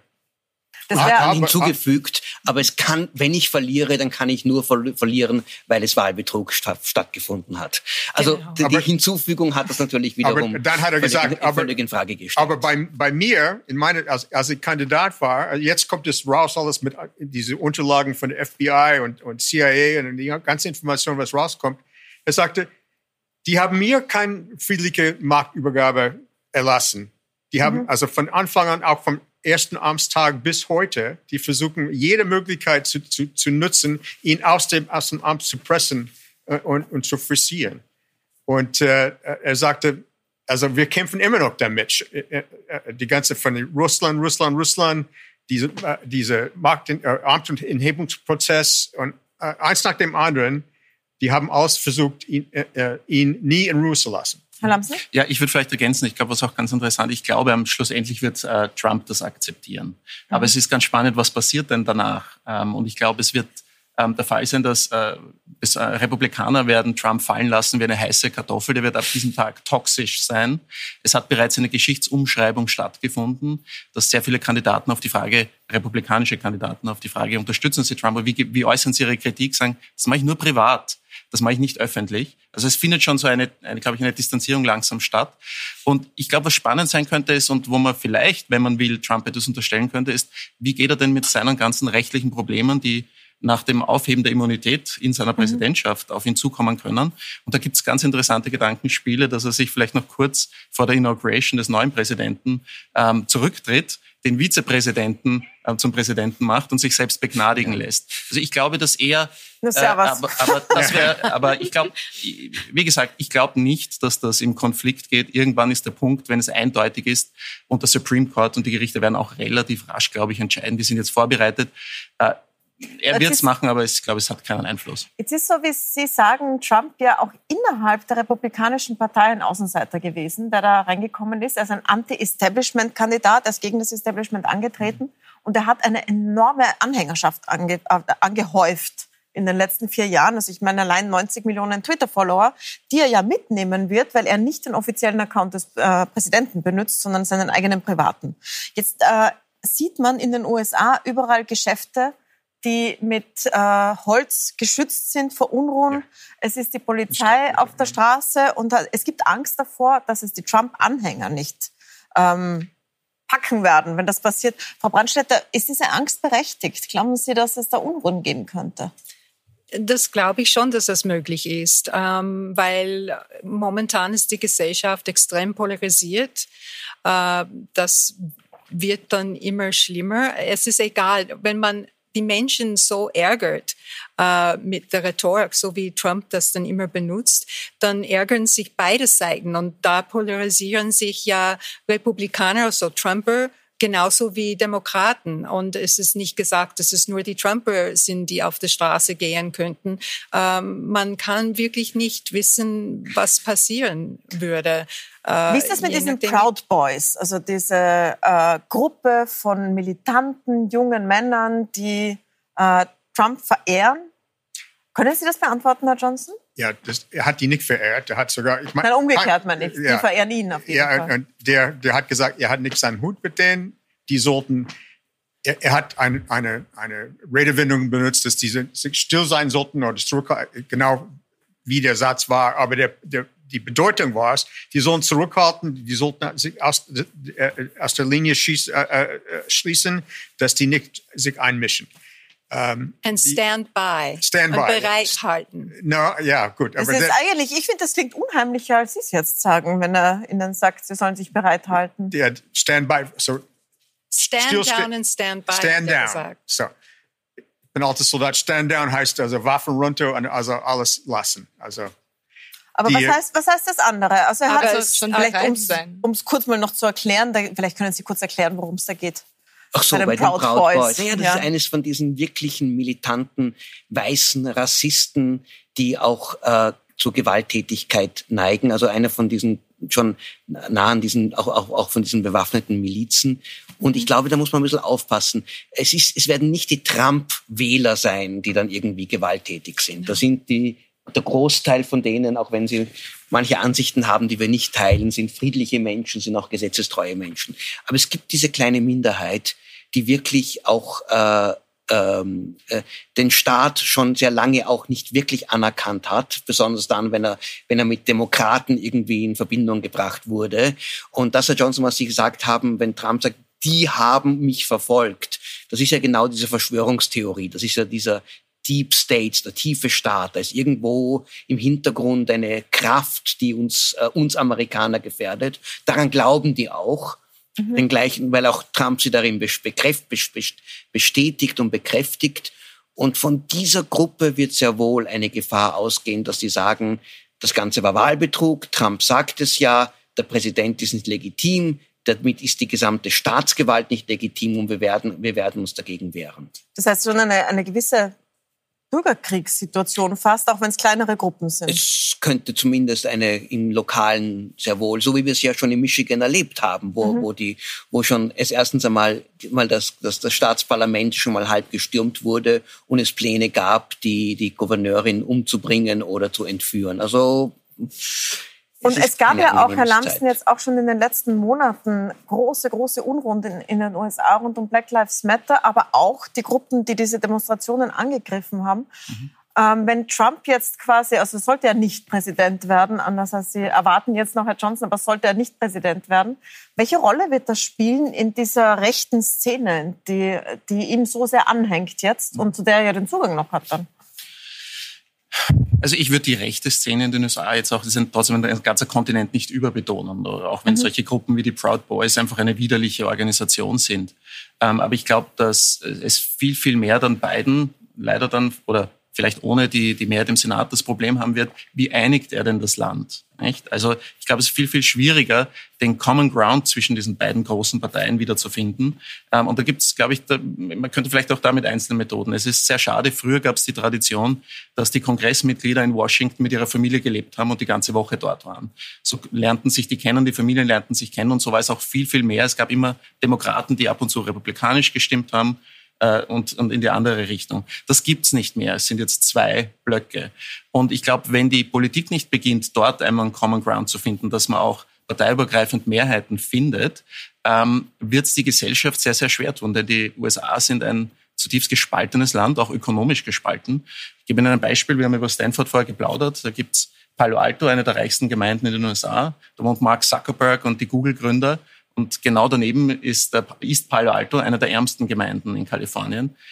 Das hat aber, hinzugefügt, aber es kann, wenn ich verliere, dann kann ich nur ver- verlieren, weil es Wahlbetrug sta- stattgefunden hat. Also genau. die, die Hinzufügung hat das natürlich wiederum aber dann hat er gesagt, völlig, aber, völlig in Frage gestellt. Aber bei, bei mir, in meine, als, als ich Kandidat war, jetzt kommt es raus, alles mit diese Unterlagen von der F B I und, und C I A und die ganze Information, was rauskommt. Er sagte, die haben mir keine friedliche Machtübergabe erlassen. Die haben mhm. also von Anfang an, auch vom ersten Amtstag bis heute, die versuchen, jede Möglichkeit zu, zu, zu nutzen, ihn aus dem, aus dem Amt zu pressen äh, und, und zu forcieren. Und äh, er sagte, also wir kämpfen immer noch damit. Äh, äh, die ganze von Russland, Russland, Russland, diese, äh, diese Macht, äh, Amt- und Enthebungsprozess und äh, eins nach dem anderen, die haben alles versucht, ihn, äh, ihn nie in Ruhe zu lassen. Herr Lamsen? Ja, ich würde vielleicht ergänzen, ich glaube, was auch ganz interessant, ich glaube, am schlussendlich wird äh, Trump das akzeptieren. Mhm. Aber es ist ganz spannend, was passiert denn danach? Ähm, und ich glaube, es wird ähm, der Fall sein, dass äh, bis, äh, Republikaner werden Trump fallen lassen wie eine heiße Kartoffel. Der wird ab diesem Tag toxisch sein. Es hat bereits eine Geschichtsumschreibung stattgefunden, dass sehr viele Kandidaten auf die Frage, republikanische Kandidaten auf die Frage, unterstützen Sie Trump? Wie, wie äußern Sie Ihre Kritik? Sagen, das mache ich nur privat. Das mache ich nicht öffentlich. Also es findet schon so eine, eine glaube ich, eine Distanzierung langsam statt. Und ich glaube, was spannend sein könnte ist und wo man vielleicht, wenn man will, Trump etwas unterstellen könnte, ist, wie geht er denn mit seinen ganzen rechtlichen Problemen, die nach dem Aufheben der Immunität in seiner Präsidentschaft mhm. auf ihn zukommen können. Und da gibt es ganz interessante Gedankenspiele, dass er sich vielleicht noch kurz vor der Inauguration des neuen Präsidenten ähm, zurücktritt, den Vizepräsidenten äh, zum Präsidenten macht und sich selbst begnadigen lässt. Also ich glaube, dass er... Das ist ja äh, was. aber, aber, das wär, aber ich glaube, wie gesagt, ich glaube nicht, dass das im Konflikt geht. Irgendwann ist der Punkt, wenn es eindeutig ist und der Supreme Court und die Gerichte werden auch relativ rasch, glaube ich, entscheiden. Die sind jetzt vorbereitet. Äh, Er wird es machen, aber ich glaube, es hat keinen Einfluss. Jetzt ist so, wie Sie sagen, Trump ja auch innerhalb der Republikanischen Partei ein Außenseiter gewesen, der da reingekommen ist. Er ist ein Anti-Establishment-Kandidat, er ist gegen das Establishment angetreten. Mhm. Und er hat eine enorme Anhängerschaft ange, äh, angehäuft in den letzten vier Jahren. Also ich meine, allein neunzig Millionen Twitter-Follower, die er ja mitnehmen wird, weil er nicht den offiziellen Account des äh, Präsidenten benutzt, sondern seinen eigenen privaten. Jetzt äh, sieht man in den U S A überall Geschäfte, die mit äh, Holz geschützt sind vor Unruhen. Ja. Es ist die Polizei auf der Straße und es gibt Angst davor, dass es die Trump-Anhänger nicht ähm, packen werden, wenn das passiert. Frau Brandstätter, ist diese Angst berechtigt? Glauben Sie, dass es da Unruhen geben könnte? Das glaube ich schon, dass das möglich ist, ähm, weil momentan ist die Gesellschaft extrem polarisiert. Äh, das wird dann immer schlimmer. Es ist egal, wenn man die Menschen so ärgert äh, mit der Rhetorik, so wie Trump das dann immer benutzt, dann ärgern sich beide Seiten. Und da polarisieren sich ja Republikaner, also Trumper, genauso wie Demokraten. Und es ist nicht gesagt, dass es nur die Trumper sind, die auf der Straße gehen könnten. Ähm, man kann wirklich nicht wissen, was passieren würde. Äh, Wie ist das mit diesen Proud Boys? Also diese äh, Gruppe von militanten jungen Männern, die äh, Trump verehren. Können Sie das beantworten, Herr Johnson? Ja, das, er hat die nicht verehrt. Er hat sogar, ich meine, Nein, umgekehrt, meine ich. Die ja, verehren ihn auf jeden ja, Fall. Der, der hat gesagt, er hat nichts am Hut mit denen. Die sollten, er, er hat eine, eine, eine Redewendung benutzt, dass diese still sein sollten oder zurückhalten, genau wie der Satz war. Aber der, der, die Bedeutung war es, die sollen zurückhalten, die sollten sich aus, äh, aus der Linie schieß, äh, äh, schließen, dass die nicht sich einmischen. Um, And stand by. Stand by. Und bereithalten. No, ja, gut. Das aber ist der, eigentlich, ich finde, das klingt unheimlicher, als Sie es jetzt sagen, wenn er Ihnen sagt, Sie sollen sich bereithalten. der Stand by, so. Stand still down and stand by. Stand hat er down. gesagt. So. Ich bin alter Soldat. Stand down heißt also Waffen runter und also alles lassen. Also. Aber Die- was heißt, was heißt das andere? Also er Aber hat es schon vielleicht, bereit um's- sein. um es kurz mal noch zu erklären, da, vielleicht können Sie kurz erklären, worum es da geht. Ach so, Bei bei den den Proud Proud Boys. Boys. Ja, das Ja. ist eines von diesen wirklichen militanten, weißen Rassisten, die auch äh, zu Gewalttätigkeit neigen. Also einer von diesen schon nah an diesen, auch, auch, auch von diesen bewaffneten Milizen. Und ich glaube, da muss man ein bisschen aufpassen. Es ist, es werden nicht die Trump-Wähler sein, die dann irgendwie gewalttätig sind. Da sind die, der Großteil von denen, auch wenn sie manche Ansichten haben, die wir nicht teilen, sind friedliche Menschen, sind auch gesetzestreue Menschen. Aber es gibt diese kleine Minderheit, die wirklich auch äh, ähm, äh, den Staat schon sehr lange auch nicht wirklich anerkannt hat, besonders dann, wenn er wenn er mit Demokraten irgendwie in Verbindung gebracht wurde. Und das, Herr Johnson, was Sie gesagt haben, wenn Trump sagt, die haben mich verfolgt, das ist ja genau diese Verschwörungstheorie, das ist ja dieser Deep States, der tiefe Staat. Da ist irgendwo im Hintergrund eine Kraft, die uns, äh, uns Amerikaner gefährdet. Daran glauben die auch. Mhm. Den gleichen, weil auch Trump sie darin bekräft, bestätigt und bekräftigt. Und von dieser Gruppe wird sehr wohl eine Gefahr ausgehen, dass die sagen, das Ganze war Wahlbetrug, Trump sagt es ja, der Präsident ist nicht legitim, damit ist die gesamte Staatsgewalt nicht legitim und wir werden, wir werden uns dagegen wehren. Das heißt schon eine, eine gewisse Bürgerkriegssituation fast, auch wenn es kleinere Gruppen sind. Es könnte zumindest eine im Lokalen sehr wohl, so wie wir es ja schon in Michigan erlebt haben, wo, mhm. wo die, wo schon es erstens einmal mal das, das, das Staatsparlament schon mal halb gestürmt wurde und es Pläne gab, die, die Gouverneurin umzubringen oder zu entführen. Also, Und es, es gab ja auch, Herr Zeit. Lamsen, jetzt auch schon in den letzten Monaten große, große Unruhen in, in den U S A rund um Black Lives Matter, aber auch die Gruppen, die diese Demonstrationen angegriffen haben. Mhm. Ähm, wenn Trump jetzt quasi, also sollte er nicht Präsident werden, anders als Sie erwarten jetzt noch, Herr Johnson, aber sollte er nicht Präsident werden, welche Rolle wird das spielen in dieser rechten Szene, die, die ihm so sehr anhängt jetzt und zu der er ja den Zugang noch hat dann? Also ich würde die rechte Szene in den U S A jetzt auch, das sind trotzdem ein ganzer Kontinent, nicht überbetonen, auch wenn mhm. solche Gruppen wie die Proud Boys einfach eine widerliche Organisation sind. Ähm, aber ich glaube, dass es viel, viel mehr dann Biden leider dann, oder vielleicht ohne die, die Mehrheit im Senat das Problem haben wird, wie einigt er denn das Land? Nicht? Also ich glaube, es ist viel, viel schwieriger, den Common Ground zwischen diesen beiden großen Parteien wiederzufinden. Ähm, und da gibt es, glaube ich, da, man könnte vielleicht auch da mit einzelnen Methoden. Es ist sehr schade, früher gab es die Tradition, dass die Kongressmitglieder in Washington mit ihrer Familie gelebt haben und die ganze Woche dort waren. So lernten sich die kennen, die Familien lernten sich kennen und so war es auch viel, viel mehr. Es gab immer Demokraten, die ab und zu republikanisch gestimmt haben, Und, und in die andere Richtung. Das gibt's nicht mehr. Es sind jetzt zwei Blöcke. Und ich glaube, wenn die Politik nicht beginnt, dort einmal einen Common Ground zu finden, dass man auch parteiübergreifend Mehrheiten findet, ähm, wird's die Gesellschaft sehr, sehr schwer tun. Denn die U S A sind ein zutiefst gespaltenes Land, auch ökonomisch gespalten. Ich gebe Ihnen ein Beispiel. Wir haben über Stanford vorher geplaudert. Da gibt's Palo Alto, eine der reichsten Gemeinden in den U S A. Da wohnt Mark Zuckerberg und die Und genau daneben ist, der, ist Palo Alto, einer der ärmsten Gemeinden in Kalifornien.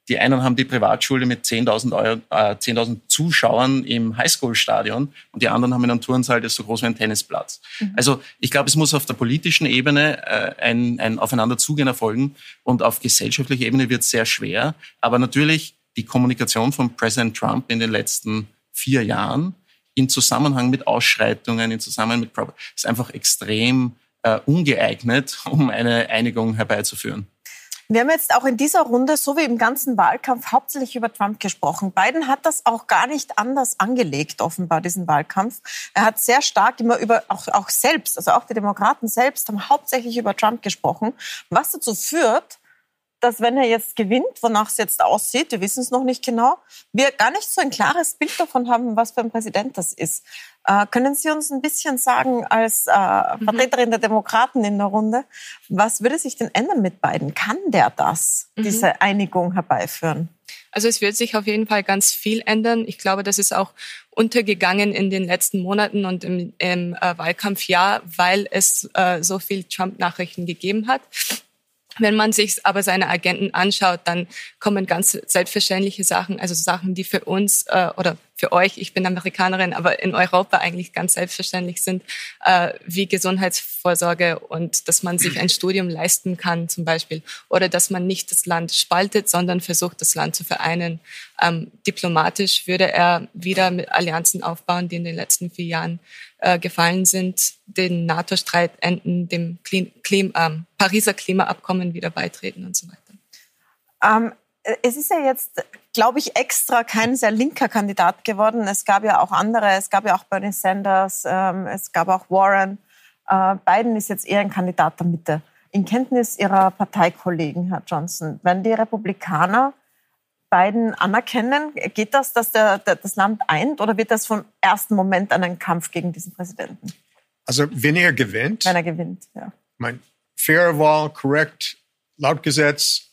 Die einen haben die Privatschule mit zehntausend Euro, äh, zehntausend Zuschauern im Highschool-Stadion und die anderen haben einen Turnsaal, der ist so groß wie ein Tennisplatz. Mhm. Also ich glaube, es muss auf der politischen Ebene äh, ein, ein Aufeinanderzugehen erfolgen und auf gesellschaftlicher Ebene wird es sehr schwer. Aber natürlich die Kommunikation von Präsident Trump in den letzten vier Jahren in Zusammenhang mit Ausschreitungen, in Zusammenhang mit Pro- ist einfach extrem äh, ungeeignet, um eine Einigung herbeizuführen. Wir haben jetzt auch in dieser Runde, so wie im ganzen Wahlkampf, hauptsächlich über Trump gesprochen. Biden hat das auch gar nicht anders angelegt, offenbar, diesen Wahlkampf. Er hat sehr stark immer über, auch, auch selbst, also auch die Demokraten selbst, haben hauptsächlich über Trump gesprochen, was dazu führt, dass wenn er jetzt gewinnt, wonach es jetzt aussieht, wir wissen es noch nicht genau, wir gar nicht so ein klares Bild davon haben, was für ein Präsident das ist. Äh, können Sie uns ein bisschen sagen, als äh, Vertreterin der Demokraten in der Runde, was würde sich denn ändern mit Biden? Kann der das, mhm. diese Einigung herbeiführen? Also es wird sich auf jeden Fall ganz viel ändern. Ich glaube, das ist auch untergegangen in den letzten Monaten und im, im äh, Wahlkampfjahr, weil es äh, so viel Trump-Nachrichten gegeben hat. Wenn man sich aber seine Agenten anschaut, dann kommen ganz selbstverständliche Sachen, also Sachen, die für uns äh, oder für euch, ich bin Amerikanerin, aber in Europa eigentlich ganz selbstverständlich sind, äh, wie Gesundheitsvorsorge und dass man sich ein Studium leisten kann zum Beispiel oder dass man nicht das Land spaltet, sondern versucht, das Land zu vereinen. Ähm, diplomatisch würde er wieder mit Allianzen aufbauen, die in den letzten vier Jahren äh, gefallen sind, den NATO-Streit enden, dem Klim- Klim- ähm, Pariser Klimaabkommen wieder beitreten und so weiter. Ähm, es ist ja jetzt, glaube ich, extra kein sehr linker Kandidat geworden. Es gab ja auch andere, es gab ja auch Bernie Sanders, ähm, es gab auch Warren. Äh, Biden ist jetzt eher ein Kandidat der Mitte. In Kenntnis Ihrer Parteikollegen, Herr Johnson, wenn die Republikaner Biden anerkennen, geht das, dass der, der, das Land eint oder wird das vom ersten Moment an ein Kampf gegen diesen Präsidenten? Also wenn er gewinnt, wenn er gewinnt, ja. Mein faire Wahl, korrekt, laut Gesetz,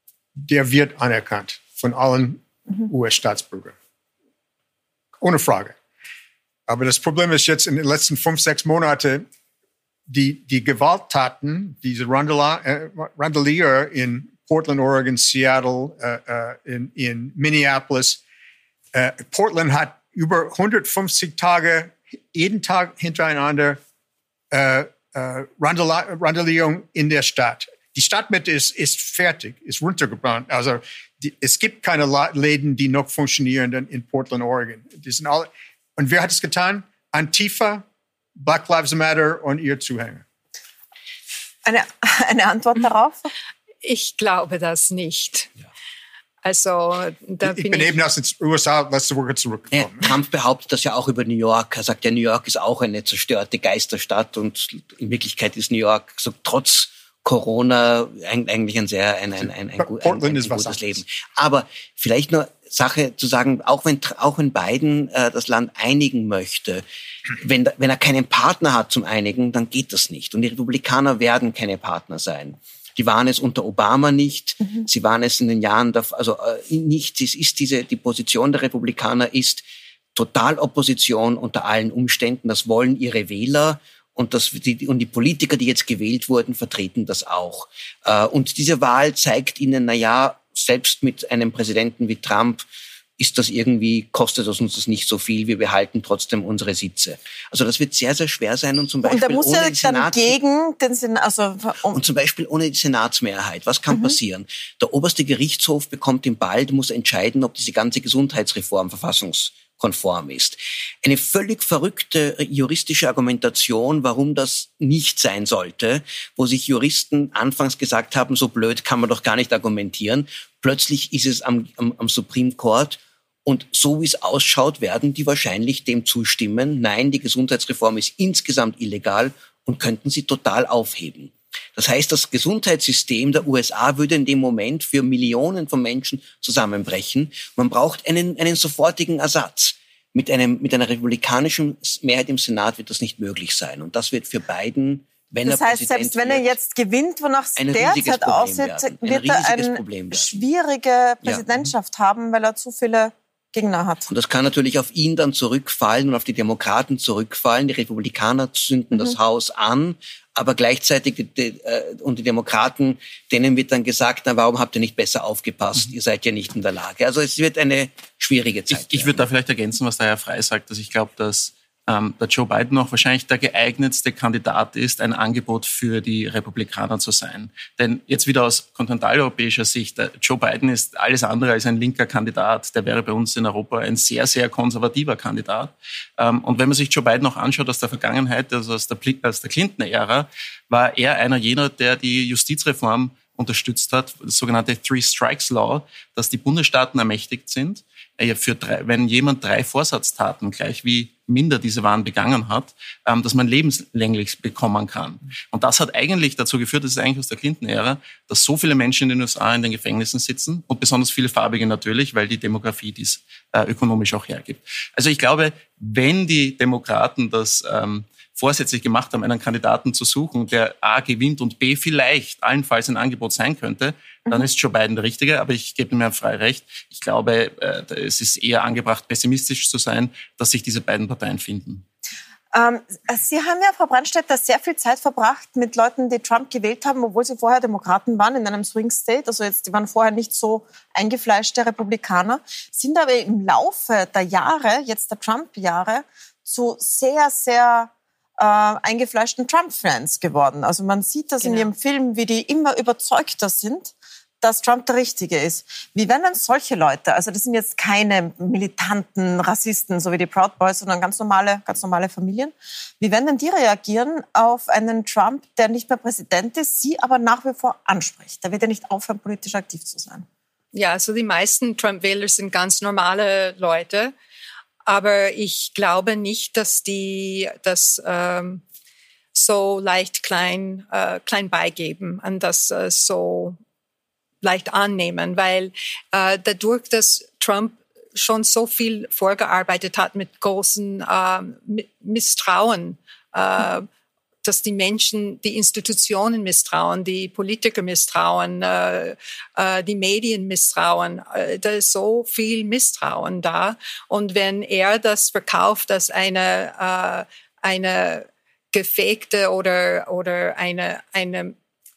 der wird anerkannt von allen mhm. U S-Staatsbürgern. Ohne Frage. Aber das Problem ist jetzt in den letzten fünf, sechs Monaten, die, die Gewalttaten, diese Randalier in Portland, Oregon, Seattle, äh, in, in Minneapolis. Äh, Portland hat über hundertfünfzig Tage, jeden Tag hintereinander äh, äh, Randalierung in der Stadt. Die Stadtmitte ist, ist fertig, ist runtergebrannt. Also die, es gibt keine Läden, die noch funktionieren in Portland, Oregon. Die sind alle, und wer hat es getan? Antifa, Black Lives Matter und ihr Zuhänger. Eine, eine Antwort darauf? Ich glaube das nicht. Ja. Also, da ich bin bin ich eben aus den U S A letzte Woche zurückgekommen. Ja, Trump behauptet das ja auch über New York. Er sagt, ja, New York ist auch eine zerstörte Geisterstadt und in Wirklichkeit ist New York so trotz Corona eigentlich ein sehr ein, ein, ein, ein, ein, ein, ein, ein gutes Leben. Aber vielleicht nur Sache zu sagen, auch wenn auch wenn Biden äh, das Land einigen möchte, wenn wenn er keinen Partner hat zum Einigen, dann geht das nicht. Und die Republikaner werden keine Partner sein. Die waren es unter Obama nicht. Mhm. Sie waren es in den Jahren davor, also äh, nicht. Es ist diese, die Position der Republikaner ist Totalopposition unter allen Umständen. Das wollen ihre Wähler und das, die, und die Politiker, die jetzt gewählt wurden, vertreten das auch. Äh, und diese Wahl zeigt ihnen, na ja, selbst mit einem Präsidenten wie Trump ist das irgendwie, kostet das uns das nicht so viel, wir behalten trotzdem unsere Sitze. Also das wird sehr, sehr schwer sein und zum Beispiel und da muss ohne er die dann Senats- gegen den Senat, also um und zum Beispiel ohne die Senatsmehrheit. Was kann mhm. passieren? Der oberste Gerichtshof bekommt ihn bald, muss entscheiden, ob diese ganze Gesundheitsreform verfassungskonform ist. Eine völlig verrückte juristische Argumentation, warum das nicht sein sollte, wo sich Juristen anfangs gesagt haben, so blöd kann man doch gar nicht argumentieren. Plötzlich ist es am, am, am Supreme Court. Und so wie es ausschaut, werden die wahrscheinlich dem zustimmen, nein, die Gesundheitsreform ist insgesamt illegal und könnten sie total aufheben. Das heißt, das Gesundheitssystem der U S A würde in dem Moment für Millionen von Menschen zusammenbrechen. Man braucht einen, einen sofortigen Ersatz. Mit einem, mit einer republikanischen Mehrheit im Senat wird das nicht möglich sein. Und das wird für Biden, wenn das er heißt, Präsident selbst wenn er wird, jetzt gewinnt, wonach es derzeit aussieht, werden. wird er eine schwierige Präsidentschaft ja. haben, weil er zu viele Gegner hat. Und das kann natürlich auf ihn dann zurückfallen und auf die Demokraten zurückfallen. Die Republikaner zünden mhm. das Haus an, aber gleichzeitig die, die, äh, und die Demokraten, denen wird dann gesagt, na, warum habt ihr nicht besser aufgepasst? Mhm. Ihr seid ja nicht in der Lage. Also es wird eine schwierige Zeit. Ich, ich würde da vielleicht ergänzen, was der Herr Frey sagt, dass ich glaube, dass ähm, der Joe Biden auch wahrscheinlich der geeignetste Kandidat ist, ein Angebot für die Republikaner zu sein. Denn jetzt wieder aus kontinentaleuropäischer Sicht, der Joe Biden ist alles andere als ein linker Kandidat. Der wäre bei uns in Europa ein sehr, sehr konservativer Kandidat. Ähm, und wenn man sich Joe Biden auch anschaut aus der Vergangenheit, also aus der, aus der Clinton-Ära, war er einer jener, der die Justizreform unterstützt hat, das sogenannte Three Strikes Law, dass die Bundesstaaten ermächtigt sind, für drei, wenn jemand drei Vorsatztaten, gleich wie minder diese waren, begangen hat, ähm, dass man lebenslänglich bekommen kann. Und das hat eigentlich dazu geführt, das ist eigentlich aus der Clinton-Ära, dass so viele Menschen in den U S A in den Gefängnissen sitzen und besonders viele Farbige natürlich, weil die Demografie dies äh, ökonomisch auch hergibt. Also ich glaube, wenn die Demokraten das ähm, vorsätzlich gemacht haben, einen Kandidaten zu suchen, der A gewinnt und B vielleicht allenfalls ein Angebot sein könnte, dann ist Joe Biden der Richtige. Aber ich gebe mir frei recht. Ich glaube, es ist eher angebracht, pessimistisch zu sein, dass sich diese beiden Parteien finden. Ähm, Sie haben ja, Frau Brandstätter, sehr viel Zeit verbracht mit Leuten, die Trump gewählt haben, obwohl sie vorher Demokraten waren in einem Swing State. Also jetzt, die waren vorher nicht so eingefleischte Republikaner, sind aber im Laufe der Jahre, jetzt der Trump-Jahre, zu sehr, sehr äh, eingefleischten Trump-Fans geworden. Also man sieht das genau in ihrem Film, wie die immer überzeugter sind, dass Trump der Richtige ist. Wie werden denn solche Leute, also das sind jetzt keine militanten Rassisten, so wie die Proud Boys, sondern ganz normale, ganz normale Familien, wie werden denn die reagieren auf einen Trump, der nicht mehr Präsident ist, sie aber nach wie vor anspricht? Da wird er nicht aufhören, politisch aktiv zu sein. Ja, also die meisten Trump-Wähler sind ganz normale Leute, aber ich glaube nicht, dass die das ähm, so leicht klein, äh, klein beigeben und das äh, so leicht annehmen, weil äh, dadurch, dass Trump schon so viel vorgearbeitet hat mit großen äh, Misstrauen, äh, dass die Menschen, die Institutionen misstrauen, die Politiker misstrauen, äh, äh, die Medien misstrauen. Äh, da ist so viel Misstrauen da. Und wenn er das verkauft als eine, äh, eine gefakte oder, oder eine, eine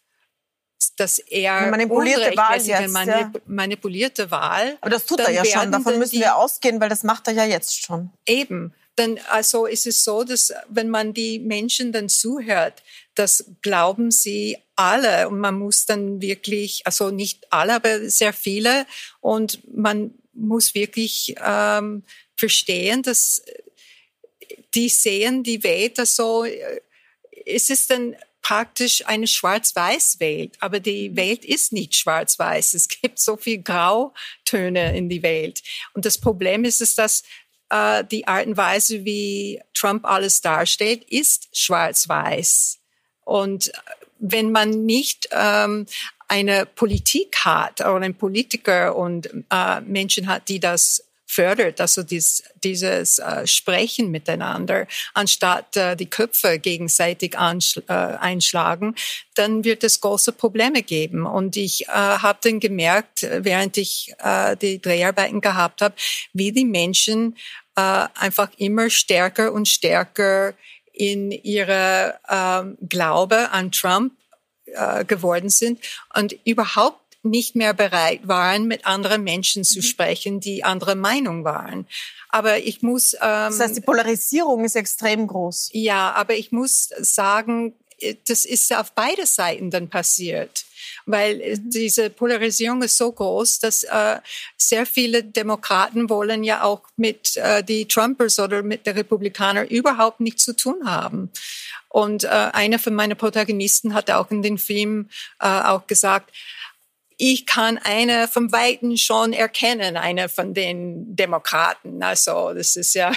dass er eine manipulierte Wahl jetzt, manip- ja. manipulierte Wahl. Aber das tut er ja schon, davon müssen wir ausgehen, weil das macht er ja jetzt schon. Eben. Dann, also ist es so, dass wenn man die Menschen dann zuhört, das glauben sie alle und man muss dann wirklich, also nicht alle, aber sehr viele und man muss wirklich ähm, verstehen, dass die sehen die Welt, also es ist dann praktisch eine Schwarz-Weiß-Welt, aber die Welt ist nicht schwarz-weiß. Es gibt so viel Grautöne in die Welt. Und das Problem ist, ist dass äh, die Art und Weise, wie Trump alles darstellt, ist schwarz-weiß. Und wenn man nicht ähm, eine Politik hat oder einen Politiker und äh, Menschen hat, die das fördert, also dies, dieses äh, Sprechen miteinander, anstatt äh, die Köpfe gegenseitig anschl- äh, einschlagen, dann wird es große Probleme geben. Und ich äh, habe dann gemerkt, während ich äh, die Dreharbeiten gehabt habe, wie die Menschen äh, einfach immer stärker und stärker in ihre äh, Glaube an Trump äh, geworden sind und überhaupt nicht mehr bereit waren, mit anderen Menschen zu sprechen, die anderer Meinung waren. Aber ich muss... Ähm, das heißt, die Polarisierung ist extrem groß. Ja, aber ich muss sagen, das ist auf beide Seiten dann passiert. Weil mhm. diese Polarisierung ist so groß, dass äh, sehr viele Demokraten wollen ja auch mit äh, die Trumpers oder mit den Republikanern überhaupt nichts zu tun haben. Und äh, einer von meinen Protagonisten hat auch in dem Film äh, auch gesagt, ich kann eine vom Weiten schon erkennen, eine von den Demokraten. Also das ist ja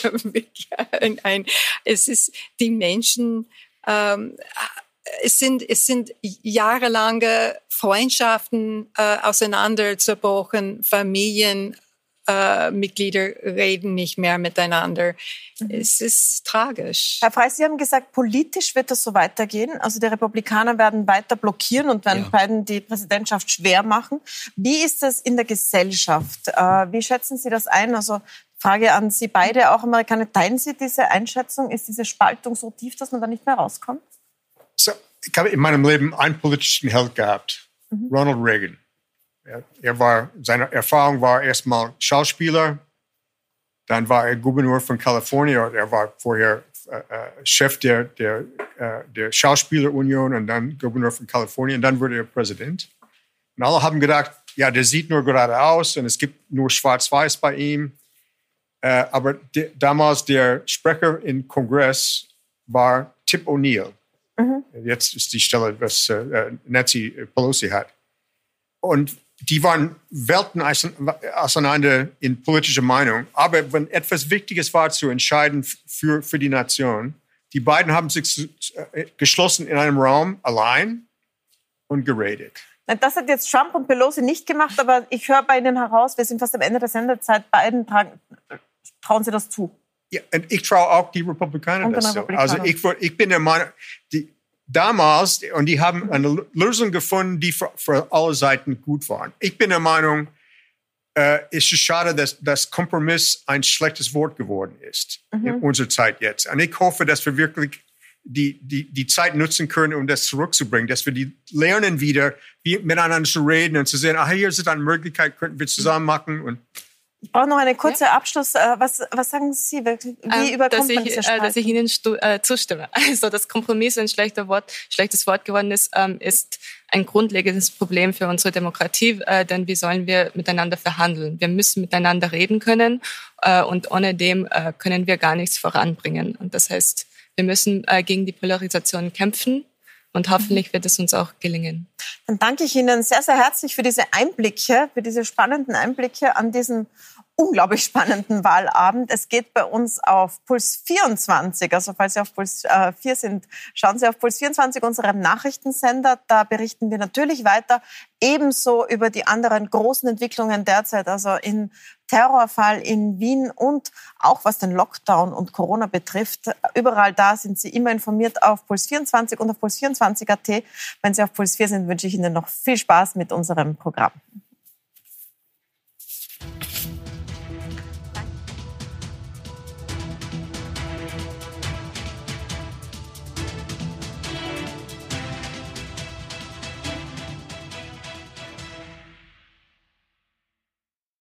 ein, ein es ist die Menschen, ähm, es sind es sind jahrelange Freundschaften äh, auseinanderzerbrochen, Familien äh, Mitglieder reden nicht mehr miteinander. Mhm. Es ist tragisch. Herr Frey, Sie haben gesagt, politisch wird das so weitergehen. Also die Republikaner werden weiter blockieren und werden ja. Biden die Präsidentschaft schwer machen. Wie ist das in der Gesellschaft? Äh, wie schätzen Sie das ein? Also Frage an Sie beide, auch Amerikaner. Teilen Sie diese Einschätzung? Ist diese Spaltung so tief, dass man da nicht mehr rauskommt? So, ich habe in meinem Leben einen politischen Held gehabt, mhm. Ronald Reagan. Er, er war, seine Erfahrung war erstmal Schauspieler, dann war er Gouverneur von Kalifornien, er war vorher äh, Chef der, der, äh, der Schauspielerunion und dann Gouverneur von Kalifornien, und dann wurde er Präsident. Und alle haben gedacht, ja, der sieht nur gerade aus und es gibt nur Schwarz-Weiß bei ihm. Äh, aber de, damals der Sprecher im Kongress war Tip O'Neill. Mhm. Jetzt ist die Stelle, was äh, Nancy Pelosi hat. Und die waren Welten auseinander in politischer Meinung. Aber wenn etwas Wichtiges war zu entscheiden für, für die Nation, die beiden haben sich geschlossen in einem Raum allein und geredet. Das hat jetzt Trump und Pelosi nicht gemacht, aber ich höre bei Ihnen heraus, wir sind fast am Ende der Sendezeit, beiden tragen, trauen Sie das zu? Ja, und ich traue auch die Republikaner das zu. Also ich, ich bin der Meinung, die, damals, und die haben eine Lösung gefunden, die für, für alle Seiten gut war. Ich bin der Meinung, äh, es ist schade, dass das Kompromiss ein schlechtes Wort geworden ist mhm. in unserer Zeit jetzt. Und ich hoffe, dass wir wirklich die, die, die Zeit nutzen können, um das zurückzubringen, dass wir die lernen wieder, wie miteinander zu reden und zu sehen, ah, hier ist eine Möglichkeit, könnten wir zusammen machen. Und ich brauche noch einen kurzen ja. Abschluss. Was, was sagen Sie? Wie ähm, überkommt man diese Spaltung? Dass ich Ihnen stu- äh, zustimme. Also das Kompromiss, ein schlechter Wort, schlechtes Wort geworden ist, ähm, ist ein grundlegendes Problem für unsere Demokratie. Äh, denn wie sollen wir miteinander verhandeln? Wir müssen miteinander reden können äh, und ohne dem äh, können wir gar nichts voranbringen. Und das heißt, wir müssen äh, gegen die Polarisation kämpfen. Und hoffentlich wird es uns auch gelingen. Dann danke ich Ihnen sehr, sehr herzlich für diese Einblicke, für diese spannenden Einblicke an diesem unglaublich spannenden Wahlabend. Es geht bei uns auf Puls vierundzwanzig. Also falls Sie auf Puls äh, vier sind, schauen Sie auf Puls vierundzwanzig, unserem Nachrichtensender. Da berichten wir natürlich weiter, ebenso über die anderen großen Entwicklungen derzeit, also in Terrorfall in Wien und auch was den Lockdown und Corona betrifft. Überall da sind Sie immer informiert auf Puls vierundzwanzig und auf Puls vierundzwanzig Punkt at. Wenn Sie auf Puls vier sind, wünsche ich Ihnen noch viel Spaß mit unserem Programm.